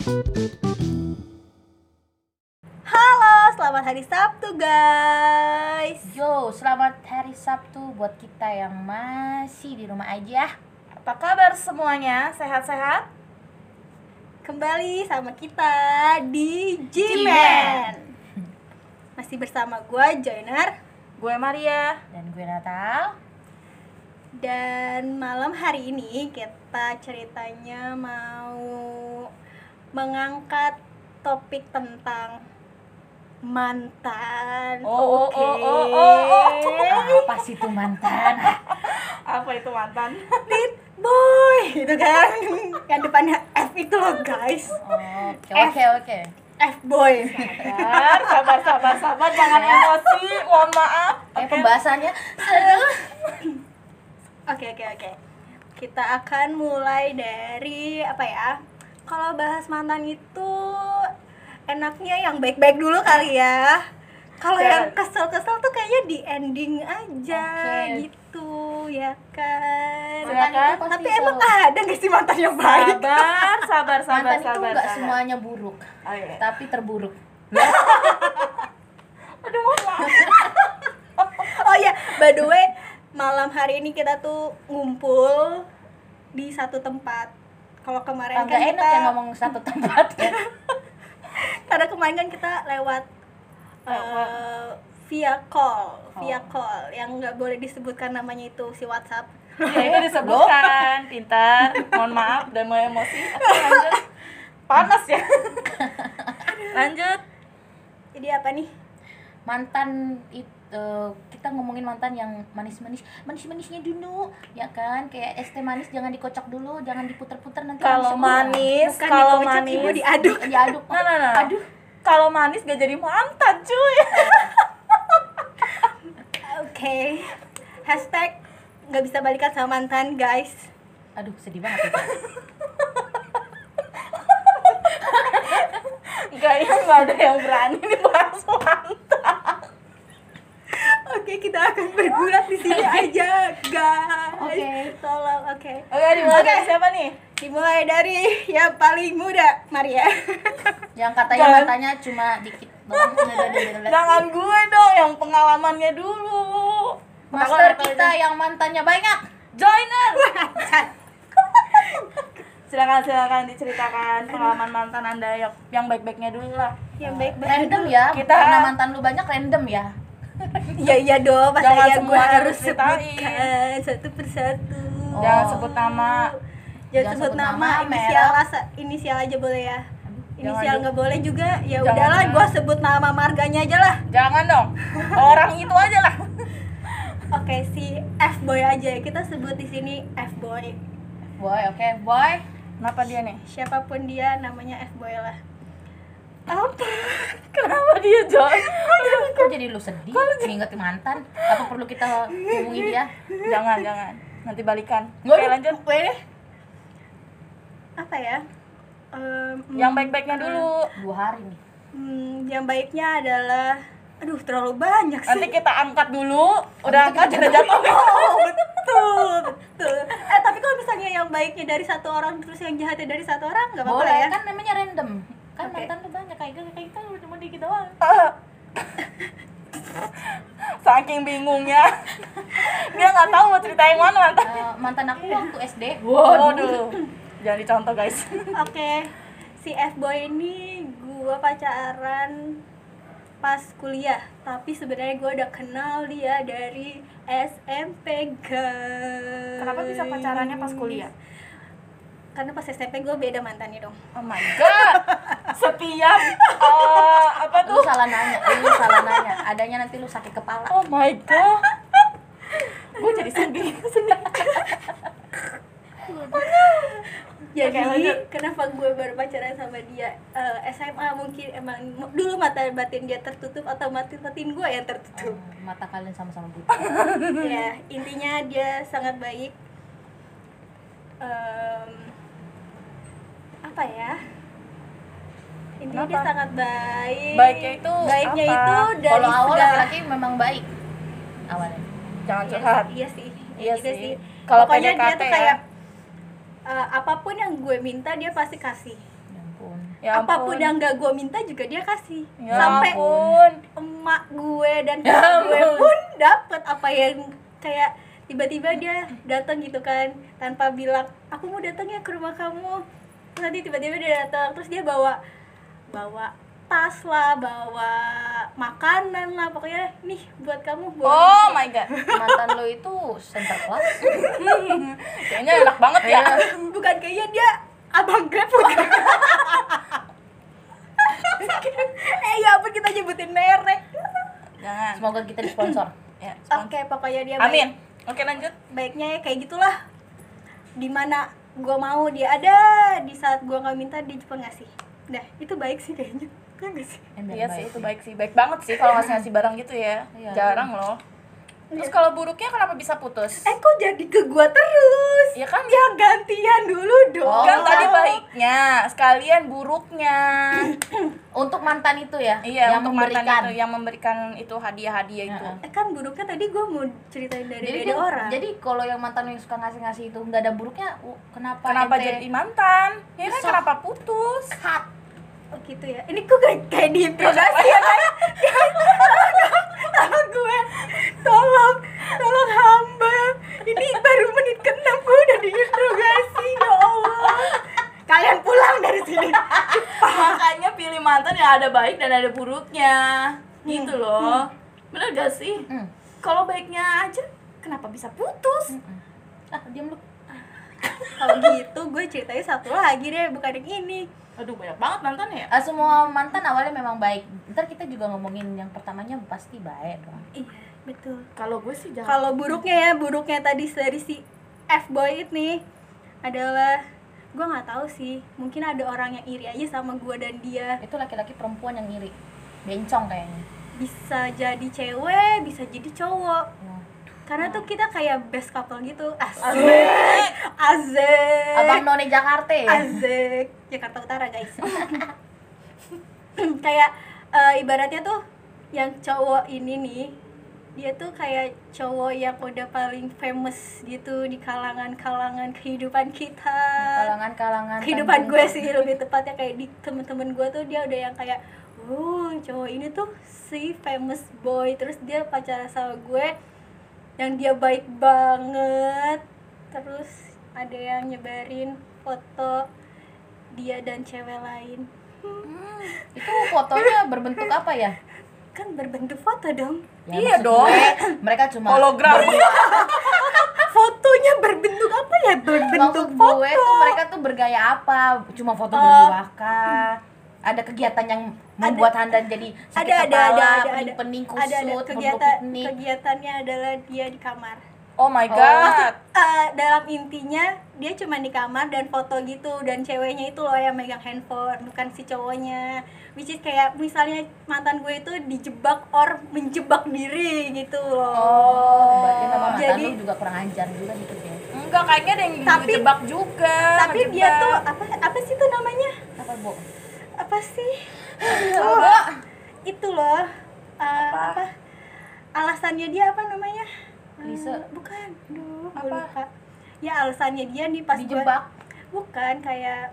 Halo, selamat hari Sabtu guys. Yo, selamat hari Sabtu buat kita yang masih di rumah aja. Apa kabar semuanya? Sehat-sehat? Kembali sama kita di G-Man. Masih bersama gue Joiner, Gue Maria. Dan gue Natal. dan malam hari ini kita ceritanya mau mengangkat topik tentang mantan. Oh. Apa sih itu mantan? Apa itu mantan? Tit boy, itu kan yang depannya F itu loh guys. Oke. F-boy. Sabar, jangan emosi, mohon maaf. Pembahasannya Oke. Kita akan mulai dari apa ya? Kalau bahas mantan itu enaknya yang baik-baik dulu kali ya. Kalau yang kesel-kesel tuh kayaknya di ending aja Oke. gitu ya kan. Mantan itu pasti Tapi emang selalu- ada nggak sih mantan yang baik? Sabar. mantan itu nggak semuanya buruk, Oh, iya. tapi terburuk. Aduh, mohon maaf. Oh iya, by the way, malam hari ini kita tuh ngumpul di satu tempat. Kalau kemarin Agak kan enak kita ya ngomong satu tempat ya. karena kemarin kan kita lewat via call yang nggak boleh disebutkan namanya itu si WhatsApp. Ya, itu disebutkan, pintar. Mohon maaf dan mau emosi. Oke, lanjut. Panas ya. Lanjut. Jadi apa nih? Mantan itu kita ngomongin mantan yang manisnya dulu ya kan, kayak es teh manis jangan dikocok dulu, jangan diputer-puter nanti Kalau manis, Bukan kalau dikocok, manis, ibu diaduk. diaduk. Nah. Aduh, Kalau manis gak jadi mantan, cuy. Oke. Hashtag nggak bisa balikan sama mantan guys. aduh sedih banget itu. Kayaknya nggak ada yang berani nih bahas mantan. Oke, kita akan bergulat di sini aja guys. Oke. Tolong. Oke. Oke, dimulai dari siapa nih? Dimulai dari yang paling muda, Maria. Yang katanya Jangan. matanya cuma dikit doang. Jangan gue dong, yang pengalamannya dulu. Master kita yang mantannya banyak. Joiner. Silakan diceritakan pengalaman mantan Anda yang baik-baiknya dulu lah. Yang baik-baik. Random ya. Kita- Karena mantan lu banyak random ya. Iya dong, masa Jangan ya gue semuanya harus diceritain. sebutkan satu persatu. Oh. Jangan sebut nama. Jangan sebut nama, inisial aja boleh ya. Inisial Jangan nggak boleh juga. Ya Jangan udahlah, juga. gue sebut nama marganya aja lah. Jangan dong. Orang itu aja lah. Oke, si F-boy aja. Kita sebut di sini F-boy. Boy, oke, boy. Kenapa dia nih? Siapapun dia, namanya F-boy lah. Apa? Kenapa dia Joy? Kok jadi lu sedih? Ngingetin mantan? Apa perlu kita hubungi dia? Jangan. Nanti balikan. Nggak, Oke, lanjut. Apa ya? Yang baik-baiknya dulu. 2 hari nih. Yang baiknya adalah, aduh terlalu banyak sih. Nanti kita angkat dulu. Udah angkat kita jatuh. betul. Tapi kalau misalnya yang baiknya dari satu orang terus yang jahatnya dari satu orang, nggak apa-apa Boleh ya. kan, namanya random. Kan Oke. mantan lu banyak, kayak kita cuma dikit doang. Saking bingungnya. Dia nggak tahu mau cerita yang mana mantan. Mantan aku waktu SD. Waduh. Jangan dicontoh, guys. Oke, si F-boy ini gua pacaran pas kuliah, tapi sebenarnya gua udah kenal dia dari SMP guys. Kenapa bisa pacarannya pas kuliah? Karena pas SMP gua beda mantannya dong. Oh my god. Setiap apa Lu tuh? salah nanya. Adanya nanti lu sakit kepala. Oh my god. Gue jadi sedih. Jadi Oke, lanjut. kenapa gue baru pacaran sama dia SMA, mungkin emang dulu mata batin dia tertutup atau mata batin gue yang tertutup. Mata kalian sama-sama buta. Ya intinya dia sangat baik. Apa ya, intinya dia Kenapa? sangat baik. Baiknya itu baiknya apa? itu dari Kalau awal segala- laki-laki memang baik awalnya. Jangan Iya curhat. sih, iya sih. Iya juga sih. Kalau pokoknya dia PDKT tuh ya. kayak apapun yang gue minta dia pasti kasih. Ya ampun. Ya apapun ampun. yang gak gue minta juga dia kasih. Ya Sampai ampun. emak gue dan Ya kakak gue ampun. pun dapet apa yang kayak tiba-tiba dia datang gitu kan tanpa bilang aku mau datang ya ke rumah kamu. Terus nanti tiba-tiba dia datang, terus dia bawa tas lah, bawa makanan lah, pokoknya nih buat kamu. Oh my god. Mantan lo itu center class. Kayaknya enak banget ya. Bukan kayaknya dia abang Grab bukan? Ya ampun, kita nyebutin merek. Jangan. Semoga kita disponsor. Ya, Oke, pokoknya dia baik. Amin. Oke, lanjut. Baiknya ya kayak gitulah. Dimana gue mau dia ada, di saat gue nggak minta dia cuma ngasih. Nah itu baik sih kayaknya. Kan gak sih? Ember Iya baik sih, itu baik sih. Baik banget sih kalau ngasih barang gitu ya. Iya. Jarang loh. Terus kalau buruknya kenapa bisa putus? Kok jadi ke gue terus? Ya kan Ya gantian dulu dong. Oh. kan tadi baiknya, sekalian buruknya. Untuk mantan itu ya, Iya, yang untuk mantan memberikan. itu yang memberikan itu hadiah-hadiah itu. Heeh. Kan buruknya tadi gue mau ceritain dari Jadi, orang. jadi kalau yang mantan yang suka ngasih-ngasih itu nggak ada buruknya, kenapa? Kenapa ente jadi mantan? Ya kan Nyesel. kenapa putus? cut? Oh gitu ya. Ini kok kayak diinterogasi ya guys. Tolong gue. Tolong hamba. Ini baru menit ke-6 gue udah diinterogasi. Ya Allah. Kalian pulang dari sini. Makanya pilih mantan yang ada baik dan ada buruknya. Gitu loh. Bener gak sih? Hmm. Kalau baiknya aja kenapa bisa putus? Diam lu. Kalau gitu gue ceritanya satu lagi deh, bukan yang ini. Aduh, banyak banget mantan ya. Semua mantan awalnya memang baik. Ntar kita juga ngomongin yang pertamanya pasti baik dong. Iya, betul. Kalau gue sih jangan. Kalau buruknya tadi dari si F-boy ini adalah gue nggak tahu sih, mungkin ada orang yang iri aja sama gue dan dia. Itu laki-laki perempuan yang iri, bencong kayaknya. Bisa jadi cewek, bisa jadi cowok. Ya. Karena tuh kita kayak best couple gitu. Asik. Asik. Abang None Jakarta ya. Asik. Jakarta Utara guys. Kayak ibaratnya tuh yang cowok ini nih, dia tuh kayak cowok yang udah paling famous gitu di kalangan kehidupan kita. Kalangan Kehidupan gue sih lebih tepatnya, kayak di temen-temen gue tuh dia udah yang kayak cowok ini tuh si famous boy, terus dia pacaran sama gue yang dia baik banget. Terus ada yang nyebarin foto dia dan cewek lain. Itu fotonya berbentuk apa ya? Kan berbentuk foto dong. Ya, Iya maksud dong. gue, mereka cuma Hologram. Fotonya berbentuk apa ya? Berbentuk maksud foto. gue tuh mereka tuh bergaya apa? Cuma foto berdua kah? Ada kegiatan yang membuat Anda jadi sakit kepala, pening-pening kusut, ada mau piknik. kegiatannya adalah dia di kamar. Oh my god. Dalam intinya dia cuma di kamar dan foto gitu, dan ceweknya itu loh yang megang handphone, bukan si cowoknya. Which is kayak misalnya mantan gue itu dijebak or menjebak diri gitu loh. Berarti memang mantan Jadi- lu juga kurang ajar juga gitu ya. Enggak, kayaknya ada yang Tapi- dijebak juga. Tapi dia tuh apa sih tuh namanya? Apa, Bo? Apa sih? Bo. Itu loh. Apa? Alasannya dia apa namanya? Lisa. Bukan. Duh, gue Apa? lupa. Ya alasannya dia nih pas Dijebak. Bukan kayak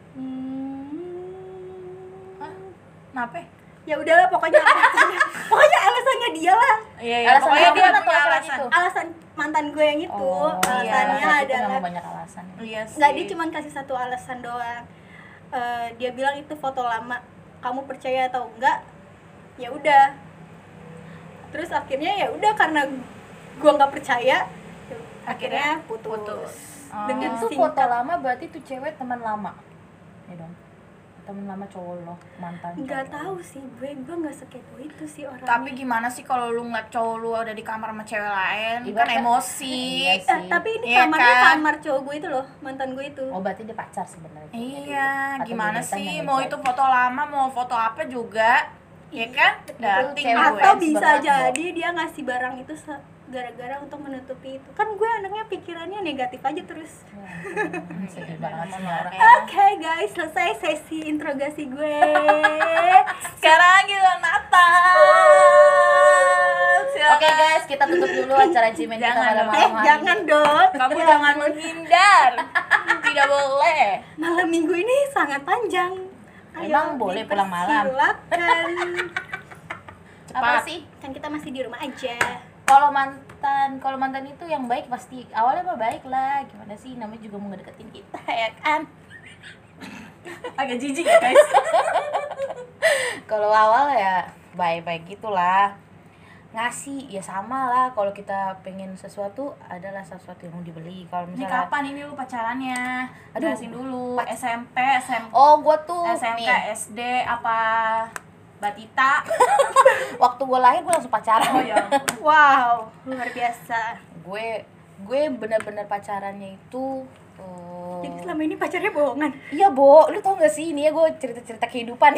Kenapa? ya udahlah pokoknya alasannya dia lah. Iya, iya. Alasan Pokoknya dia mantan atau punya alasan alasan. itu? Alasan mantan gue yang itu, alasannya iya, itu adalah memang banyak alasan. Iya sih. nggak, dia cuma kasih satu alasan doang. Dia bilang itu foto lama, kamu percaya atau enggak? Ya udah. Terus akhirnya ya udah, karena gua nggak percaya, akhirnya putus. Dengan Itu singkat. foto lama berarti tuh cewek teman lama. Ya dong. Teman lama cowok lo, mantan. Nggak cowok. tahu sih, gue nggak sekepo itu sih orangnya. Tapi gimana sih kalau lu ngeliat cowok lu ada di kamar sama cewek lain? Kan Ibaratnya- emosi. Iya sih. Tapi ini Iya kamarnya kan? kamar cowok gue itu loh, mantan gue itu. Oh, berarti dia pacar sebenarnya. Iya, Atau gimana gebetan sih? yang Mau ngechat. itu foto lama, mau foto apa juga, ya kan? Dating cewek gue. Atau gue bisa sebenarnya. jadi dia ngasih barang itu gara-gara untuk menutupi itu. Kan gue anaknya pikirannya negatif aja terus. Sedih banget sih orang. Oke guys, selesai sesi interogasi gue. Sekarang giliran Natal. Silakan. Oke guys, kita tutup dulu acara Cimen kita Jangan pada dong. malam hari Jangan ini. dong. Kamu jangan menghindar. Tidak boleh. Malam minggu ini sangat panjang. Memang boleh pulang malam. Silakan. Apa sih? Kan kita masih di rumah aja. Kalau mantan itu yang baik pasti awalnya mah baik lah. Gimana sih, namanya juga mau ngedeketin kita ya kan. Agak jijik ya guys. Kalau awal ya baik-baik gitulah. Ngasih ya sama lah, kalau kita pengen sesuatu adalah sesuatu yang mau dibeli. Kalau Ini misalnya kapan ini lu pacarannya? Aduh. Jelasin dulu. SMP, SMP, gua tuh SMK, nih, SD apa Batita? waktu gua lahir gua langsung pacaran. Oh ya. Wow, luar biasa. gue benar-benar pacarannya itu Jadi selama ini pacarnya bohongan. iya, Bo, lu tau gak sih, ini ya gue cerita-cerita kehidupan.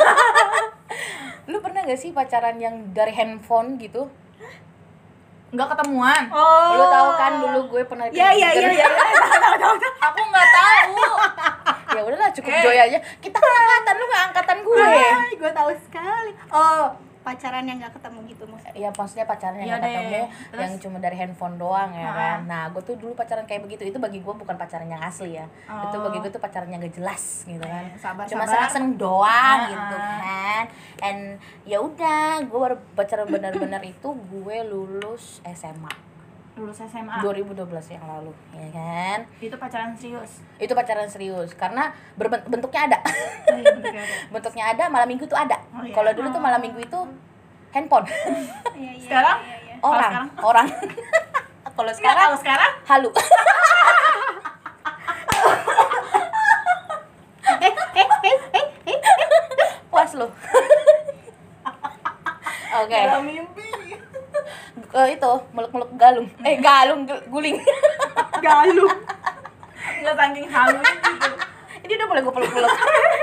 Lu pernah gak sih pacaran yang dari handphone gitu? Enggak ketemuan. Lu tahu kan dulu gue pernah Iya. Aku nggak tahu. Ya udahlah, cukup Joy aja. Kita kan angkatan, lu gak angkatan gue. Gue tahu sekali. Oh, pacaran yang nggak ketemu gitu maksudnya. Iya, maksudnya pacaran yang Iya gak deh. ketemu, Terus? yang cuma dari handphone doang ya Ah. kan. Nah, gue tuh dulu pacaran kayak begitu. Itu bagi gue bukan pacaran yang asli ya. Itu Oh. bagi gue tuh pacaran yang gak jelas gitu kan. Sabar, Cuma sabar. seneng-seneng doang Ah. gitu kan. And ya udah, gue baru pacaran benar-benar itu gue lulus SMA Lulus SMA. 2012 yang lalu, ya kan. Itu pacaran serius. Itu pacaran serius karena bentuknya ada. Oh, iya, bener ada. Bentuknya ada, malam minggu tuh ada. Oh, iya. Kalau dulu tuh malam minggu itu handphone. Iya. Sekarang? Orang. Kalau Enggak, sekarang kalau sekarang halu. Puas lu. Oke. dalam mimpi. Itu meluk-meluk galung. Guling. Galung. Enggak saking halus gitu. Ini udah boleh gue peluk-peluk.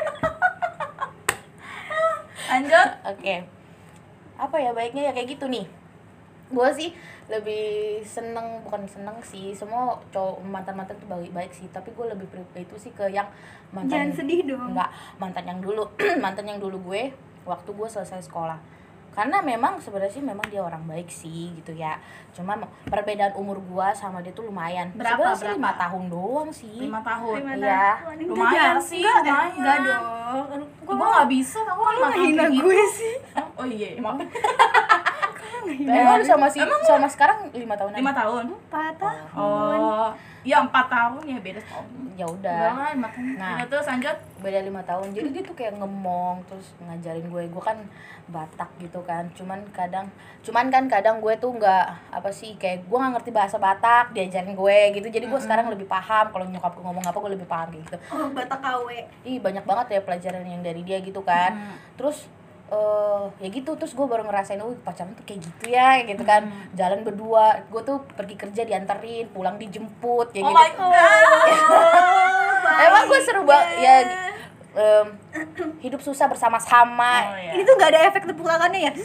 Lanjut. Oke. Apa ya baiknya ya kayak gitu nih. Gue sih lebih bukan seneng sih, semua cowok mantan tuh baik sih, tapi gue lebih itu sih ke yang mantan. Jangan sedih dong. Enggak, mantan yang dulu mantan yang dulu gue waktu gue selesai sekolah. Karena memang sebenarnya sih memang dia orang baik sih gitu ya. Cuma perbedaan umur gue sama dia tuh lumayan. Berapa? Sebenarnya sih 5 tahun doang sih. 5 tahun. Iya. Lumayan sih, lumayan. Enggak dong. Gue nggak bisa, aku Kok lu ngehina gue sih? Oh iya, maaf. Emang lu sama sekarang 5 tahun 5 tahun. 4 tahun. Oh, ya 4 tahun ya beda setahun. Ya udah. Udah, 5 tahun. Nah. Udah, terus lanjut. Beda 5 tahun. Jadi dia tuh kayak ngemong terus ngajarin gue kan Batak gitu kan. Cuman kadang gue tuh nggak apa sih, kayak gue nggak ngerti bahasa Batak, diajarin gue gitu. Jadi gue sekarang lebih paham kalau nyokap gue ngomong apa, gue lebih paham kayak gitu. Oh, Batak KW. Ih, banyak banget ya pelajaran yang dari dia gitu kan. Terus ya gitu, terus gue baru ngerasain pacaran tuh kayak gitu ya, kayak gitu kan. Jalan berdua, gue tuh pergi kerja dianterin, pulang dijemput kayak Oh gitu. my god. Emang gue seru banget ya, hidup susah bersama-sama. Oh, iya. Ini tuh nggak ada efek tepuk tangannya ya?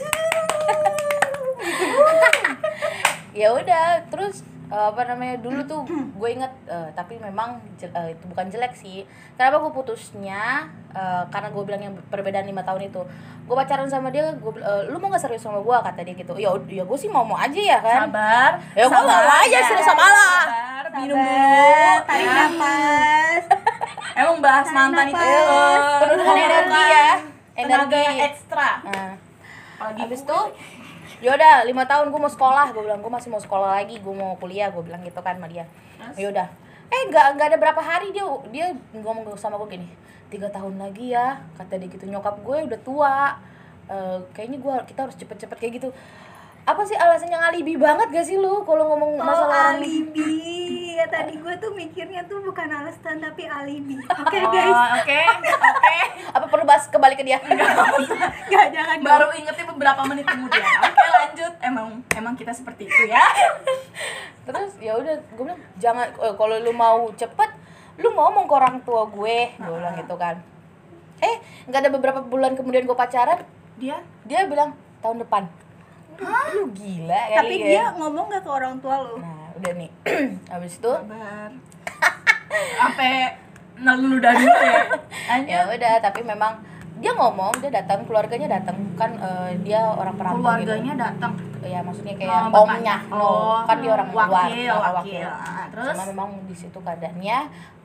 Ya udah, terus dulu tuh gue inget, tapi memang itu bukan jelek sih. Kenapa gue putusnya, karena gue bilang yang perbedaan 5 tahun itu. Gue pacaran sama dia, lu mau gak serius sama gue, kata dia gitu. Ya gue sih mau aja ya kan. Sabar. Ya gue mau aja serius sama lah. Sabar, minum dulu. Tarik Ya. nafas. Emang bahas mantan itu Penuh dengan energi ya. Tenaga Energi. ekstra. Nah, Apalagi habis gue. itu yaudah 5 tahun gue mau sekolah, gue bilang gue masih mau sekolah lagi, gue mau kuliah, gue bilang gitu kan sama dia. Yaudah, nggak ada berapa hari dia ngomong sama gue gini, 3 tahun lagi ya, kata dia gitu. Nyokap gue udah tua, kayaknya kita harus cepet-cepet kayak gitu. Apa sih alasannya alibi banget gak sih lu kalau ngomong masalah orang? Alibi. Ya, tadi gue tuh mikirnya tuh bukan alasan tapi alibi. Oke Oh, guys. oke. Apa perlu bahas kembali ke dia? Gak, jangan dong. Baru ingetnya beberapa menit kemudian. Oke, lanjut. Emang kita seperti itu ya. Terus ya udah, gue bilang jangan, kalau lu mau cepet lu ngomong ke orang tua gue bilang gitu kan. Nggak ada beberapa bulan kemudian gue pacaran, dia bilang tahun depan. Lu gila kali. Tapi ya. dia ngomong gak ke orang tua lo? Nah udah nih. Habis itu Sabar. Sampai ngeludah dulu ya. ya udah, tapi memang dia ngomong, dia datang, keluarganya datang kan, dia orang perantau gitu. Keluarganya datang. Ya maksudnya kayak bapaknya. omnya, kan dia orang luar, wakil. wakil. Terus Cuma memang di situ keadaannya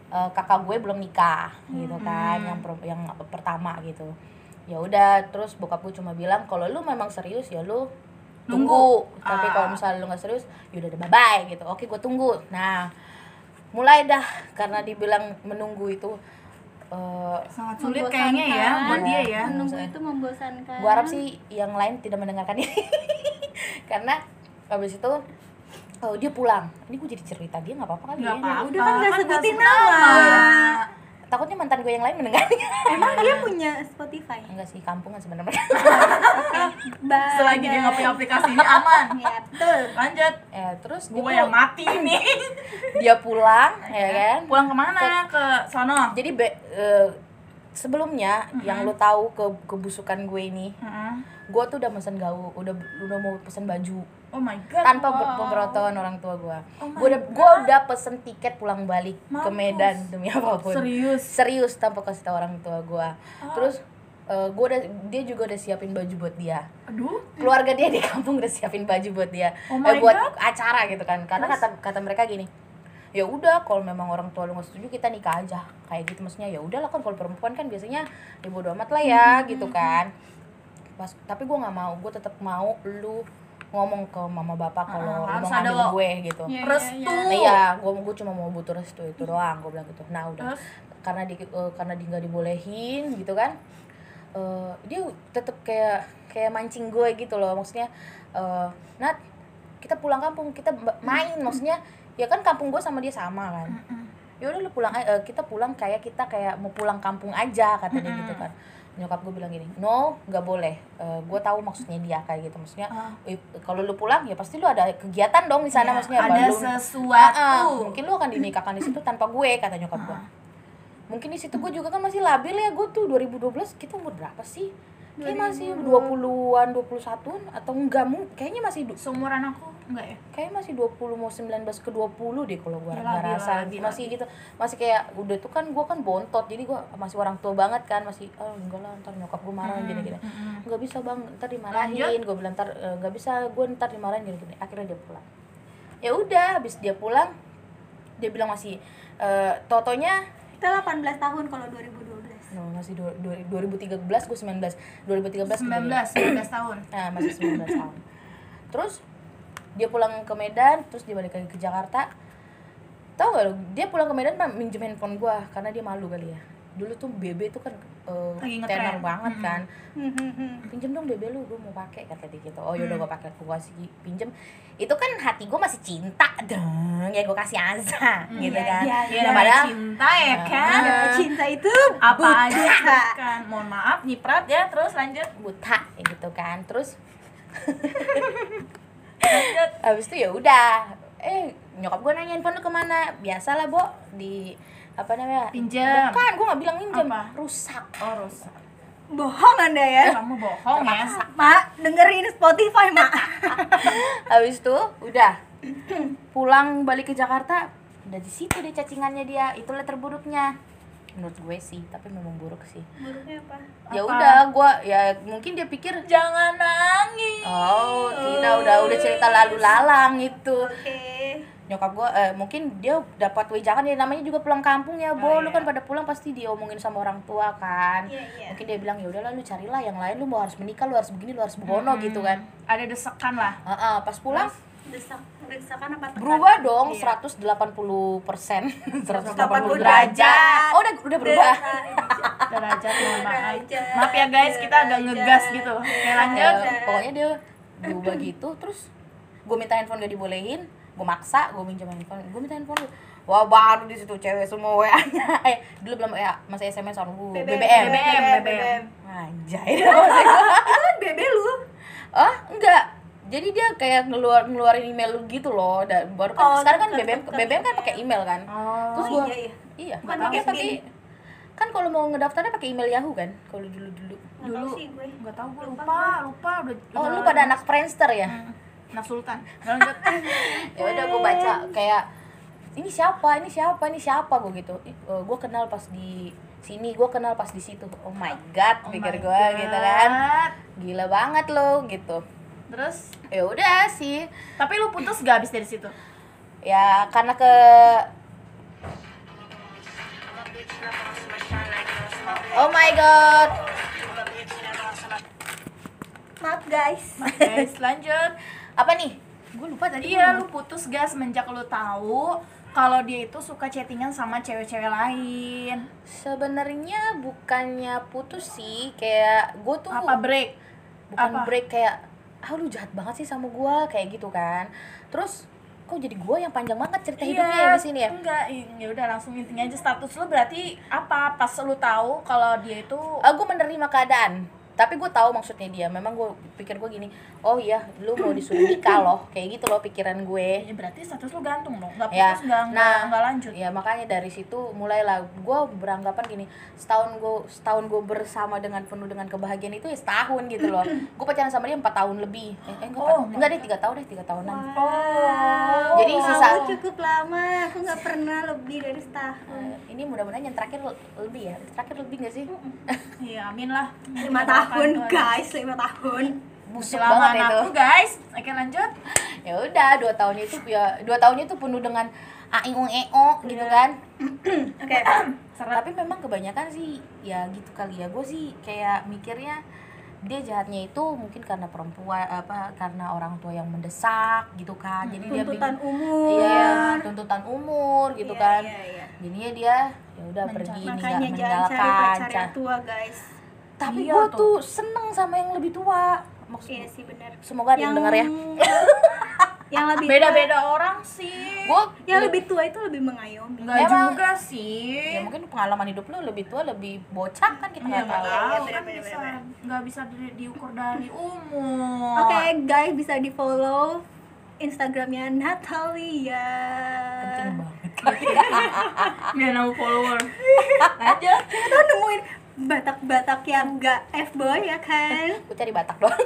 kakak gue belum nikah gitu kan, yang pertama gitu. Ya udah, terus bokap gue cuma bilang kalau lu memang serius ya lu tunggu. Tapi kalau misalnya lu nggak serius, yaudah deh, bye bye gitu. Oke, gue tunggu. Nah, mulai dah, karena dibilang menunggu itu sangat sulit kayaknya ya buat dia ya. Menunggu itu membosankan. Gue harap sih yang lain tidak mendengarkan ini. Karena habis itu dia pulang. Ini gue jadi cerita dia, nggak apa-apa kali ya? Udah kan nggak sebutin nama. Takutnya mantan gue yang lain mendengarnya. Emang dia punya Spotify? Enggak sih, kampungan sebenarnya. Selagi dia nggak punya aplikasi ini aman. Ya betul. Lanjut. Ya, terus Gue yang mati nih. dia pulang, ya kan? Pulang kemana? Ke sono. Jadi sebelumnya yang lo tahu kebusukan gue ini, gue tuh udah mesen gaul, udah mau pesen baju. Oh my god. Tanpa pemberitahuan orang tua gue. Gue udah pesen tiket pulang balik ke Medan demi apapun. Serius tanpa kasih tahu orang tua gue. Terus dia juga udah siapin baju buat dia. Aduh. Keluarga dia di kampung udah siapin baju buat dia. Oh my Buat God. acara gitu kan. Karena kata mereka gini, ya udah kalau memang orang tua lu nggak setuju kita nikah aja kayak gitu. Maksudnya ya udahlah, kan kalau perempuan kan biasanya ya bodo amat lah ya gitu kan. Tapi gue nggak mau, gue tetap mau lu ngomong ke mama bapak kalau lu harus mau ada ngambil gue gitu. Restu. Nah iya, gue cuma mau butuh restu itu doang, gue bilang gitu. Nah udah, Terus? karena dia nggak dibolehin gitu kan, dia tetap kayak mancing gue gitu loh. Maksudnya Nat, kita pulang kampung, kita main. Maksudnya ya kan kampung gue sama dia sama kan. Ya udah lu pulang, kita pulang kayak mau pulang kampung aja, kata dia gitu kan. Nyokap gue bilang gini, no, nggak boleh. Gue tahu maksudnya dia kayak gitu. Maksudnya kalau lu pulang ya pasti lu ada kegiatan dong di sana. Maksudnya ada sesuatu. mungkin lu akan dinikahkan di situ tanpa gue, kata nyokap gue. Mungkin di situ gue juga kan masih labil ya. Gue tuh 2012, kita umur berapa sih? Kayak masih 20-an, 21-an atau enggak, kayaknya masih Seumuran aku enggak ya? kayak masih 20 mau 19 ke 20 deh kalau gue Ya, ngerasa masih gitu. Masih kayak udah tuh kan gue kan bontot, jadi gue masih orang tua banget kan, masih enggak lah ntar nyokap gue marah gini-gini. Nggak bisa bang, ntar dimarahin. Gue bilang ntar nggak bisa, gue ntar dimarahin gini-gini. Akhirnya dia pulang. Ya udah, habis dia pulang dia bilang masih totonya Kita 18 tahun kalau 2012. no, masih 2013, gue 19. 2013 19 tahun. Nah, masih 19 tahun. Terus dia pulang ke Medan, terus dia balik lagi ke Jakarta. Tahu gak lo, dia pulang ke Medan minjem handphone gue karena dia malu kali ya. Dulu tuh BB tuh kan tenar banget kan. Pinjem dong BB lu, gue mau pakai, kata dia gitu. Oh yaudah gue pakai, gue kasih pinjem. Itu kan hati gue masih cinta dong, ya gue kasih Aza gitu kan. Ya, Padahal cinta ya kan. Cinta itu Apa aja kan. Mohon maaf nyiprat ya, terus lanjut. buta ya gitu kan. Terus Lanjut. habis itu ya udah, nyokap gue nanya handphone lu kemana. Biasalah Bo, di apa namanya, Pinjam. bukan, gue nggak bilang minjem, Apa? rusak. Oh, rusak. bohong Anda ya. Kamu bohong ya. Mak, dengerin Spotify, Mak. Habis itu udah pulang balik ke Jakarta, udah di situ deh cacingannya dia. Itulah terburuknya menurut gue sih, tapi memang buruk sih. Buruknya apa? Ya udah, gue ya mungkin dia pikir Jangan nangis. oh kita udah cerita lalu lalang itu. Oke. Nyokap gue mungkin dia dapat wejangan, ya namanya juga pulang kampung ya Bo. Oh, Lu iya. kan pada pulang pasti diomongin sama orang tua kan. Iya. Mungkin dia bilang ya udahlah lu carilah yang lain, lu mau harus menikah, lu harus begini, lu harus begono gitu kan. Ada desekan lah. Pas pulang Desakan apa tekan? berubah dong, Iya. 180%. 180 180 derajat. Oh, udah berubah. Derajat, mohon maaf. Derajat. Maaf ya guys, kita agak ngegas gitu. Oke, lanjut. Pokoknya dia berubah gitu. Terus gue minta handphone gak dibolehin, gue maksa, gue minjem handphone, gue minta handphone lu. Wah, baru di situ cewek semua WA-nya. Dulu belum WA, masih SMS-an BBM. BBM. Anjay. Itu kan bebe lu. Oh, enggak. Jadi dia kayak ngeluarin email gitu loh. Dan baru kan Oh, sekarang kan tuker BBM kan email. pakai email kan. Oh. Terus Oh, gua iya. iya, Bukan pakai pakai kan kalau mau ngedaftarnya pakai email Yahoo kan. Kalau dulu. Nggak tahu sih gue. Enggak tahu gue lupa udah. Oh, lu pada anak Friendster ya? Anak Sultan. Lanjut. Ya udah gue baca kayak ini siapa gue gitu. Gue kenal pas di sini, gue kenal pas di situ. Oh my god, pikir gue gitu kan. Gila banget lo gitu. Terus, Ya udah sih. tapi lu putus gak habis dari situ? Ya karena Oh my god. Maaf guys. Guys, lanjut. Apa nih? Gue lupa tadi. Iya, lu putus gak semenjak lu tahu kalau dia itu suka chattingan sama cewek-cewek lain? Sebenarnya bukannya putus sih, kayak gue tuh Apa break? bukan apa? break, kayak lu jahat banget sih sama gue kayak gitu kan. Terus kok jadi gue yang panjang banget cerita hidupnya ya di sini ya? Enggak, ya udah langsung intinya aja status lu berarti apa? Pas lu tahu kalau dia itu Gue menerima keadaan, tapi gue tahu maksudnya dia. Memang gue pikir gue gini, oh iya lu mau disuruh nikah loh, kayak gitu loh pikiran gue. ya berarti status lu gantung dong. Enggak Ya, putus, enggak lanjut. Ya makanya dari situ mulailah gue beranggapan gini, setahun gue bersama dengan penuh dengan kebahagiaan itu ya setahun gitu loh. Gue pacaran sama dia 4 tahun lebih. Enggak deh 3 tahun deh, 3 tahunan. Oh. Jadi sisa Aku cukup lama, aku nggak pernah lebih dari setahun. ini mudah-mudahan yang terakhir lebih ya. Terakhir lebih gak sih? Iya, amin lah. 5 tahun guys, 5 tahun. Busuk Selama banget itu. aku guys. Oke, lanjut. Ya udah 2 tahunnya itu ya 2 tahunnya itu penuh dengan aing gitu kan. Oke. Tapi memang kebanyakan sih ya gitu kali ya. Gue sih kayak mikirnya dia jahatnya itu mungkin karena perempuan, karena orang tua yang mendesak gitu kan. Jadi dia Tuntutan bikin- umur. Iya, tuntutan umur gitu Iya, kan. iya. Jadinya dia ya udah pergi Makanya jangan cari pacar yang tua guys. Tapi Iya gue tuh. tuh seneng sama yang lebih tua. Maksud Iya sih benar. semoga ada yang denger ya. Yang lebih Beda-beda orang sih. Gue yang lebih tua itu lebih mengayomi. Enggak Emang- juga sih. ya mungkin pengalaman hidup lu lebih tua, lebih bocah kan kita nggak tahu. iya, Kan bener-bener. nggak bisa diukur dari umur. Oke guys, bisa di follow Instagramnya Natalia. Penting banget. Biar nambah follower. Aja. Kita tuh nemuin Batak-Batak yang gak F-boy ya kan? Gue cari Batak doang.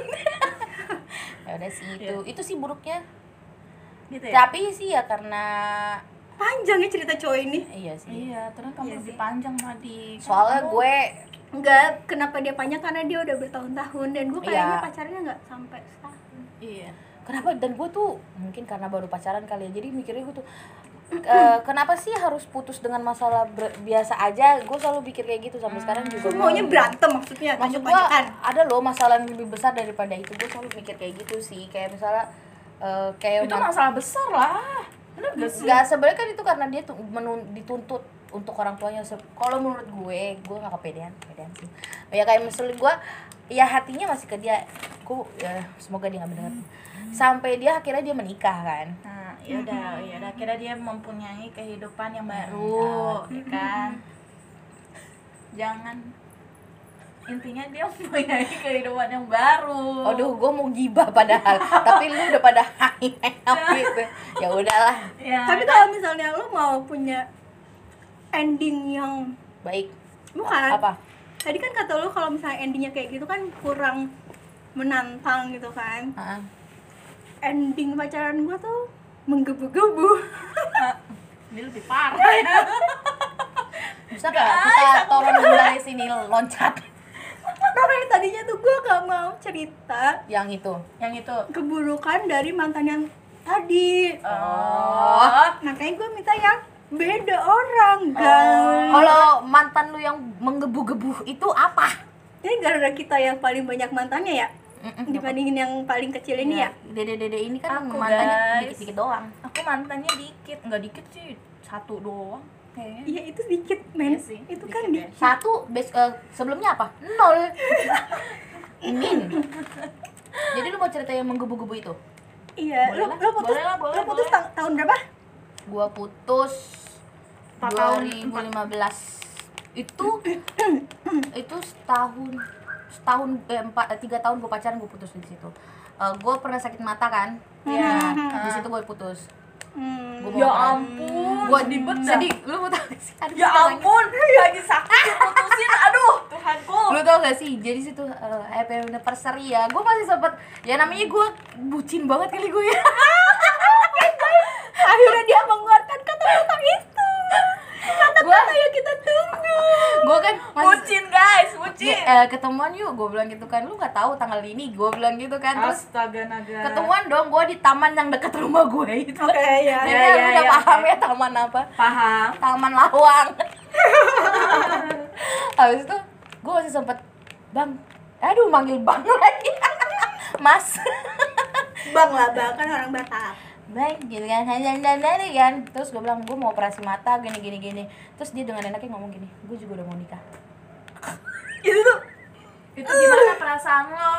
Ya udah sih itu sih buruknya. Gitu ya. Tapi sih ya karena Panjang ya cerita cowok ini. iya sih. Iya, terus kamu Iya lebih sih. panjang tadi. Kan Soalnya kamu- gue Enggak, kenapa dia panjang? Karena dia udah bertahun-tahun dan gue kayaknya Iya. pacarnya nggak sampai setahun. Iya. kenapa, dan gue tuh mungkin karena baru pacaran kali ya. Jadi mikirnya gue tuh kenapa sih harus putus dengan masalah biasa aja. Gue selalu pikir kayak gitu sampai sekarang juga. Gue maunya berantem maksudnya, Maksud gue banyak-banyakan. ada loh masalah yang lebih besar daripada itu. Gue selalu mikir kayak gitu sih. Kayak misalnya kayak Itu masalah besar lah. Bener gak sih? Enggak, sebenarnya kan itu karena dia tuh dituntut untuk orang tuanya. Kalau menurut gue nggak kepedean sih. Ya kayak misalnya gue, ya hatinya masih ke dia. Aku ya semoga dia nggak mendengar. Sampai dia akhirnya dia menikah kan. Nah, ya udah, akhirnya dia mempunyai kehidupan yang baru, ya kan? Jangan, intinya dia mempunyai kehidupan yang baru. Aduh, gue mau gibah padahal, tapi lu udah pada gitu. Ya udahlah, Ya, Tapi kalau misalnya lu mau punya ending yang baik. bukan, Apa? tadi kan kata lu kalau misalnya endingnya kayak gitu kan kurang menantang gitu kan. Heeh. Ending pacaran gue tuh menggebu-gebu. ini lebih parah ya. Bisa nggak kita turun dari sini loncat? Makanya tadinya tuh gue gak mau cerita Yang itu. Yang itu. keburukan dari mantan yang tadi. Oh. Makanya gue minta yang beda orang guys. Kalau mantan lu yang menggebu-gebu itu apa? Ini gara-gara kita yang paling banyak mantannya ya, dibandingin yang paling kecil ini ya. Dede-dede ini kan Aku, mantannya guys. dikit-dikit doang. Aku mantannya dikit, nggak dikit sih, 1 doang kayaknya. Iya itu dikit men. Iya sih, Itu dikit kan ya. dikit. Satu sebelumnya apa? 0. Min. Jadi lu mau cerita yang menggebu-gebu itu? Iya. Boleh Lu lah, putus, boleh lah, boleh, lu putus boleh. tahun berapa? Gua putus 4 tahun, 2015. Itu setahun 3 tahun gue pacaran, gue putus di situ. Gue pernah sakit mata kan. Iya. Di situ gue putus. Gua Ya mau- ampun, Gua sedih banget. sedih. Lu mau tau gak sih? Aduh, Ya sekarang. ampun, lagi sakit diputusin. Aduh, Tuhanku. Lu tau gak sih? Jadi situ happy anniversary ya. Gue masih sempet, ya namanya gue bucin banget kali gue ya. Akhirnya dia mengeluarkan kata-kata itu. Kata-kata yang kita tunggu. Gue kan masih Bucin guys, bucin. ketemuan yuk, gue bilang gitu kan. Lu nggak tahu tanggal ini, gue bilang gitu kan. Terus Astaga naga. ketemuan dong, gue di taman yang deket rumah gue itu. Oke ya. Ya, Ya, udah ya, paham oke. ya taman apa? Paham. Taman Lawang. Habis itu gue masih sempet, bang, aduh manggil bang lagi. Mas. Bang lah, bang kan orang Batak. Bang, gitu kan, kan. Terus gue bilang, gue mau operasi mata, gini. Terus dia dengan enaknya ngomong gini, gue juga udah mau nikah. Itu gimana perasaan lo?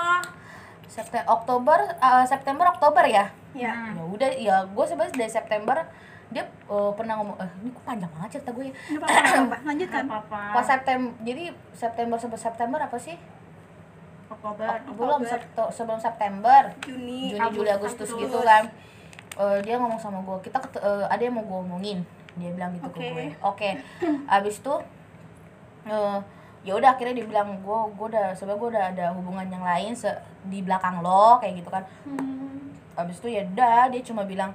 September Oktober ya. Ya. Ya udah, ya gue sebenarnya dari September dia pernah ngomong, ini kok panjang banget cerita gue ya. Nggak apa-apa, lanjutkan. Apa-apa. Pas Jadi September sampai September apa sih? Oktober. Belum, sebelum September, Juni. Juli, Agustus gitu kan. Dia ngomong sama gue, ada yang mau gue omongin, dia bilang gitu ke gue. Oke. Abis itu ya udah, akhirnya dia bilang, gue udah ada hubungan yang lain di belakang lo kayak gitu kan. Abis itu ya udah, dia cuma bilang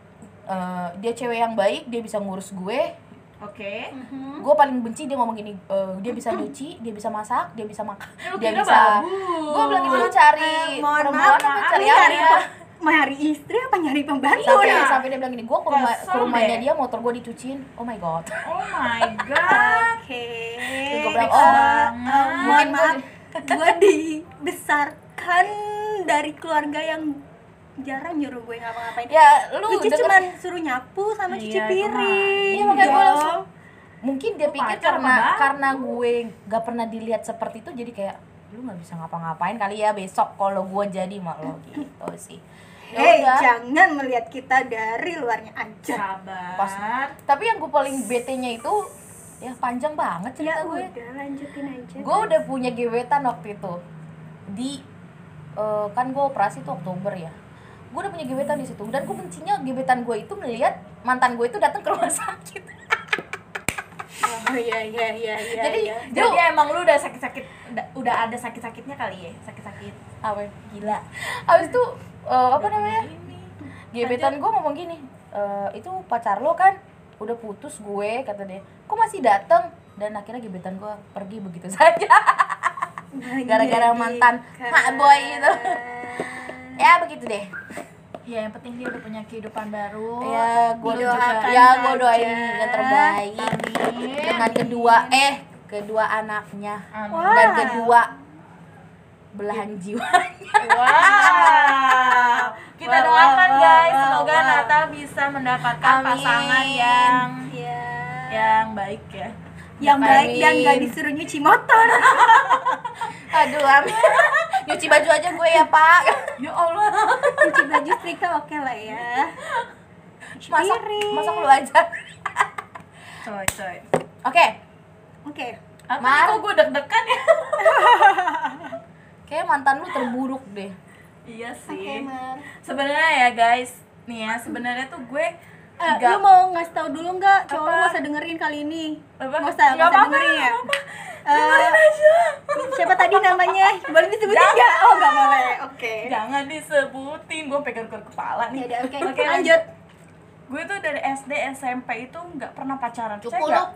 dia cewek yang baik, dia bisa ngurus gue. Oke. Gue paling benci dia ngomong gini, dia bisa nyuci, dia bisa masak, dia bisa makan, dia kira bisa. bagus. Gue bilang gitu, lu cari Mohon perempuan maaf, apa cari nyari apa? nyari istri apa nyari pembantu Sampai dia bilang gini, gue ke Kesel rumahnya deh. dia, motor gue dicuciin. Oh my god. Oh my god. Oke. Gua bilang, Mohon mungkin maaf, gue dibesarkan dari keluarga yang jarang nyuruh gue ngapa-ngapain. Ya lu Which is denger- cuman suruh nyapu sama cuci Iya, itu mah. piring. Iya, makanya gue Dong. langsung, mungkin dia Lu pikir pacar apa karena gue gak pernah dilihat seperti itu, jadi kayak lu nggak bisa ngapa-ngapain kali ya besok kalau gue jadi mak lo gitu sih. Ya Hei, udah. jangan melihat kita dari luarnya aja. Sabar. Tapi yang gue paling bete-nya itu ya panjang banget Ya cerita gue. udah, lanjutin aja. Gue udah punya gebetan waktu itu di kan gue operasi tuh Oktober ya. Gue udah punya gebetan di situ, dan gue bencinya gebetan gue itu ngelihat mantan gue itu datang ke rumah sakit. Oh iya. Jadi iya. Jadi emang lu udah sakit-sakit, udah ada sakit-sakitnya kali ya? Sakit-sakit. apa gila. Habis itu apa namanya? Gebetan gue ngomong gini, itu pacar lo kan udah putus gue, kata dia. Kok masih datang? Dan akhirnya gebetan gue pergi begitu saja. Gara-gara mantan hak boy itu. Ya begitu deh. Ya yang penting dia udah punya kehidupan baru. Ya gue Didoakan doain saja. yang terbaik Amin. dengan kedua anaknya. Amin. Wah. Dan kedua belahan jiwanya. Wow. Kita Wow, doakan wow, guys, wow, semoga wow. Natal bisa mendapatkan Amin. pasangan Iya. yang baik ya. Yang baik dan Amin. gak disuruh nyuci motor. Aduh, amin. Nyuci baju aja gue ya pak. Ya Allah. Cuci baju setrika oke lah ya. Cuci piring. Masak lu aja. Coy. Oke, Oke. Apa Mar. nih kok gue deg-degan ya? kayak mantan lu terburuk deh. Iya Oke, sih. Mar. Sebenarnya ya guys, nih ya sebenarnya tuh gue Lu mau ngasih tahu dulu nggak? Cowok lu Apa? nggak usah dengerin kali ini. Apa? Nggak usah Nggak apa-apa, dengerin ya. nggak apa-apa. Dengerin aja. Siapa tadi namanya? Boleh disebutin nggak? Oh nggak boleh. Oke. Jangan disebutin, gue pegang ke kepala Ya nih. udah, oke. Oke, Lanjut. Gue tuh dari SD SMP itu nggak pernah pacaran. Cukup Percaya lu. nggak?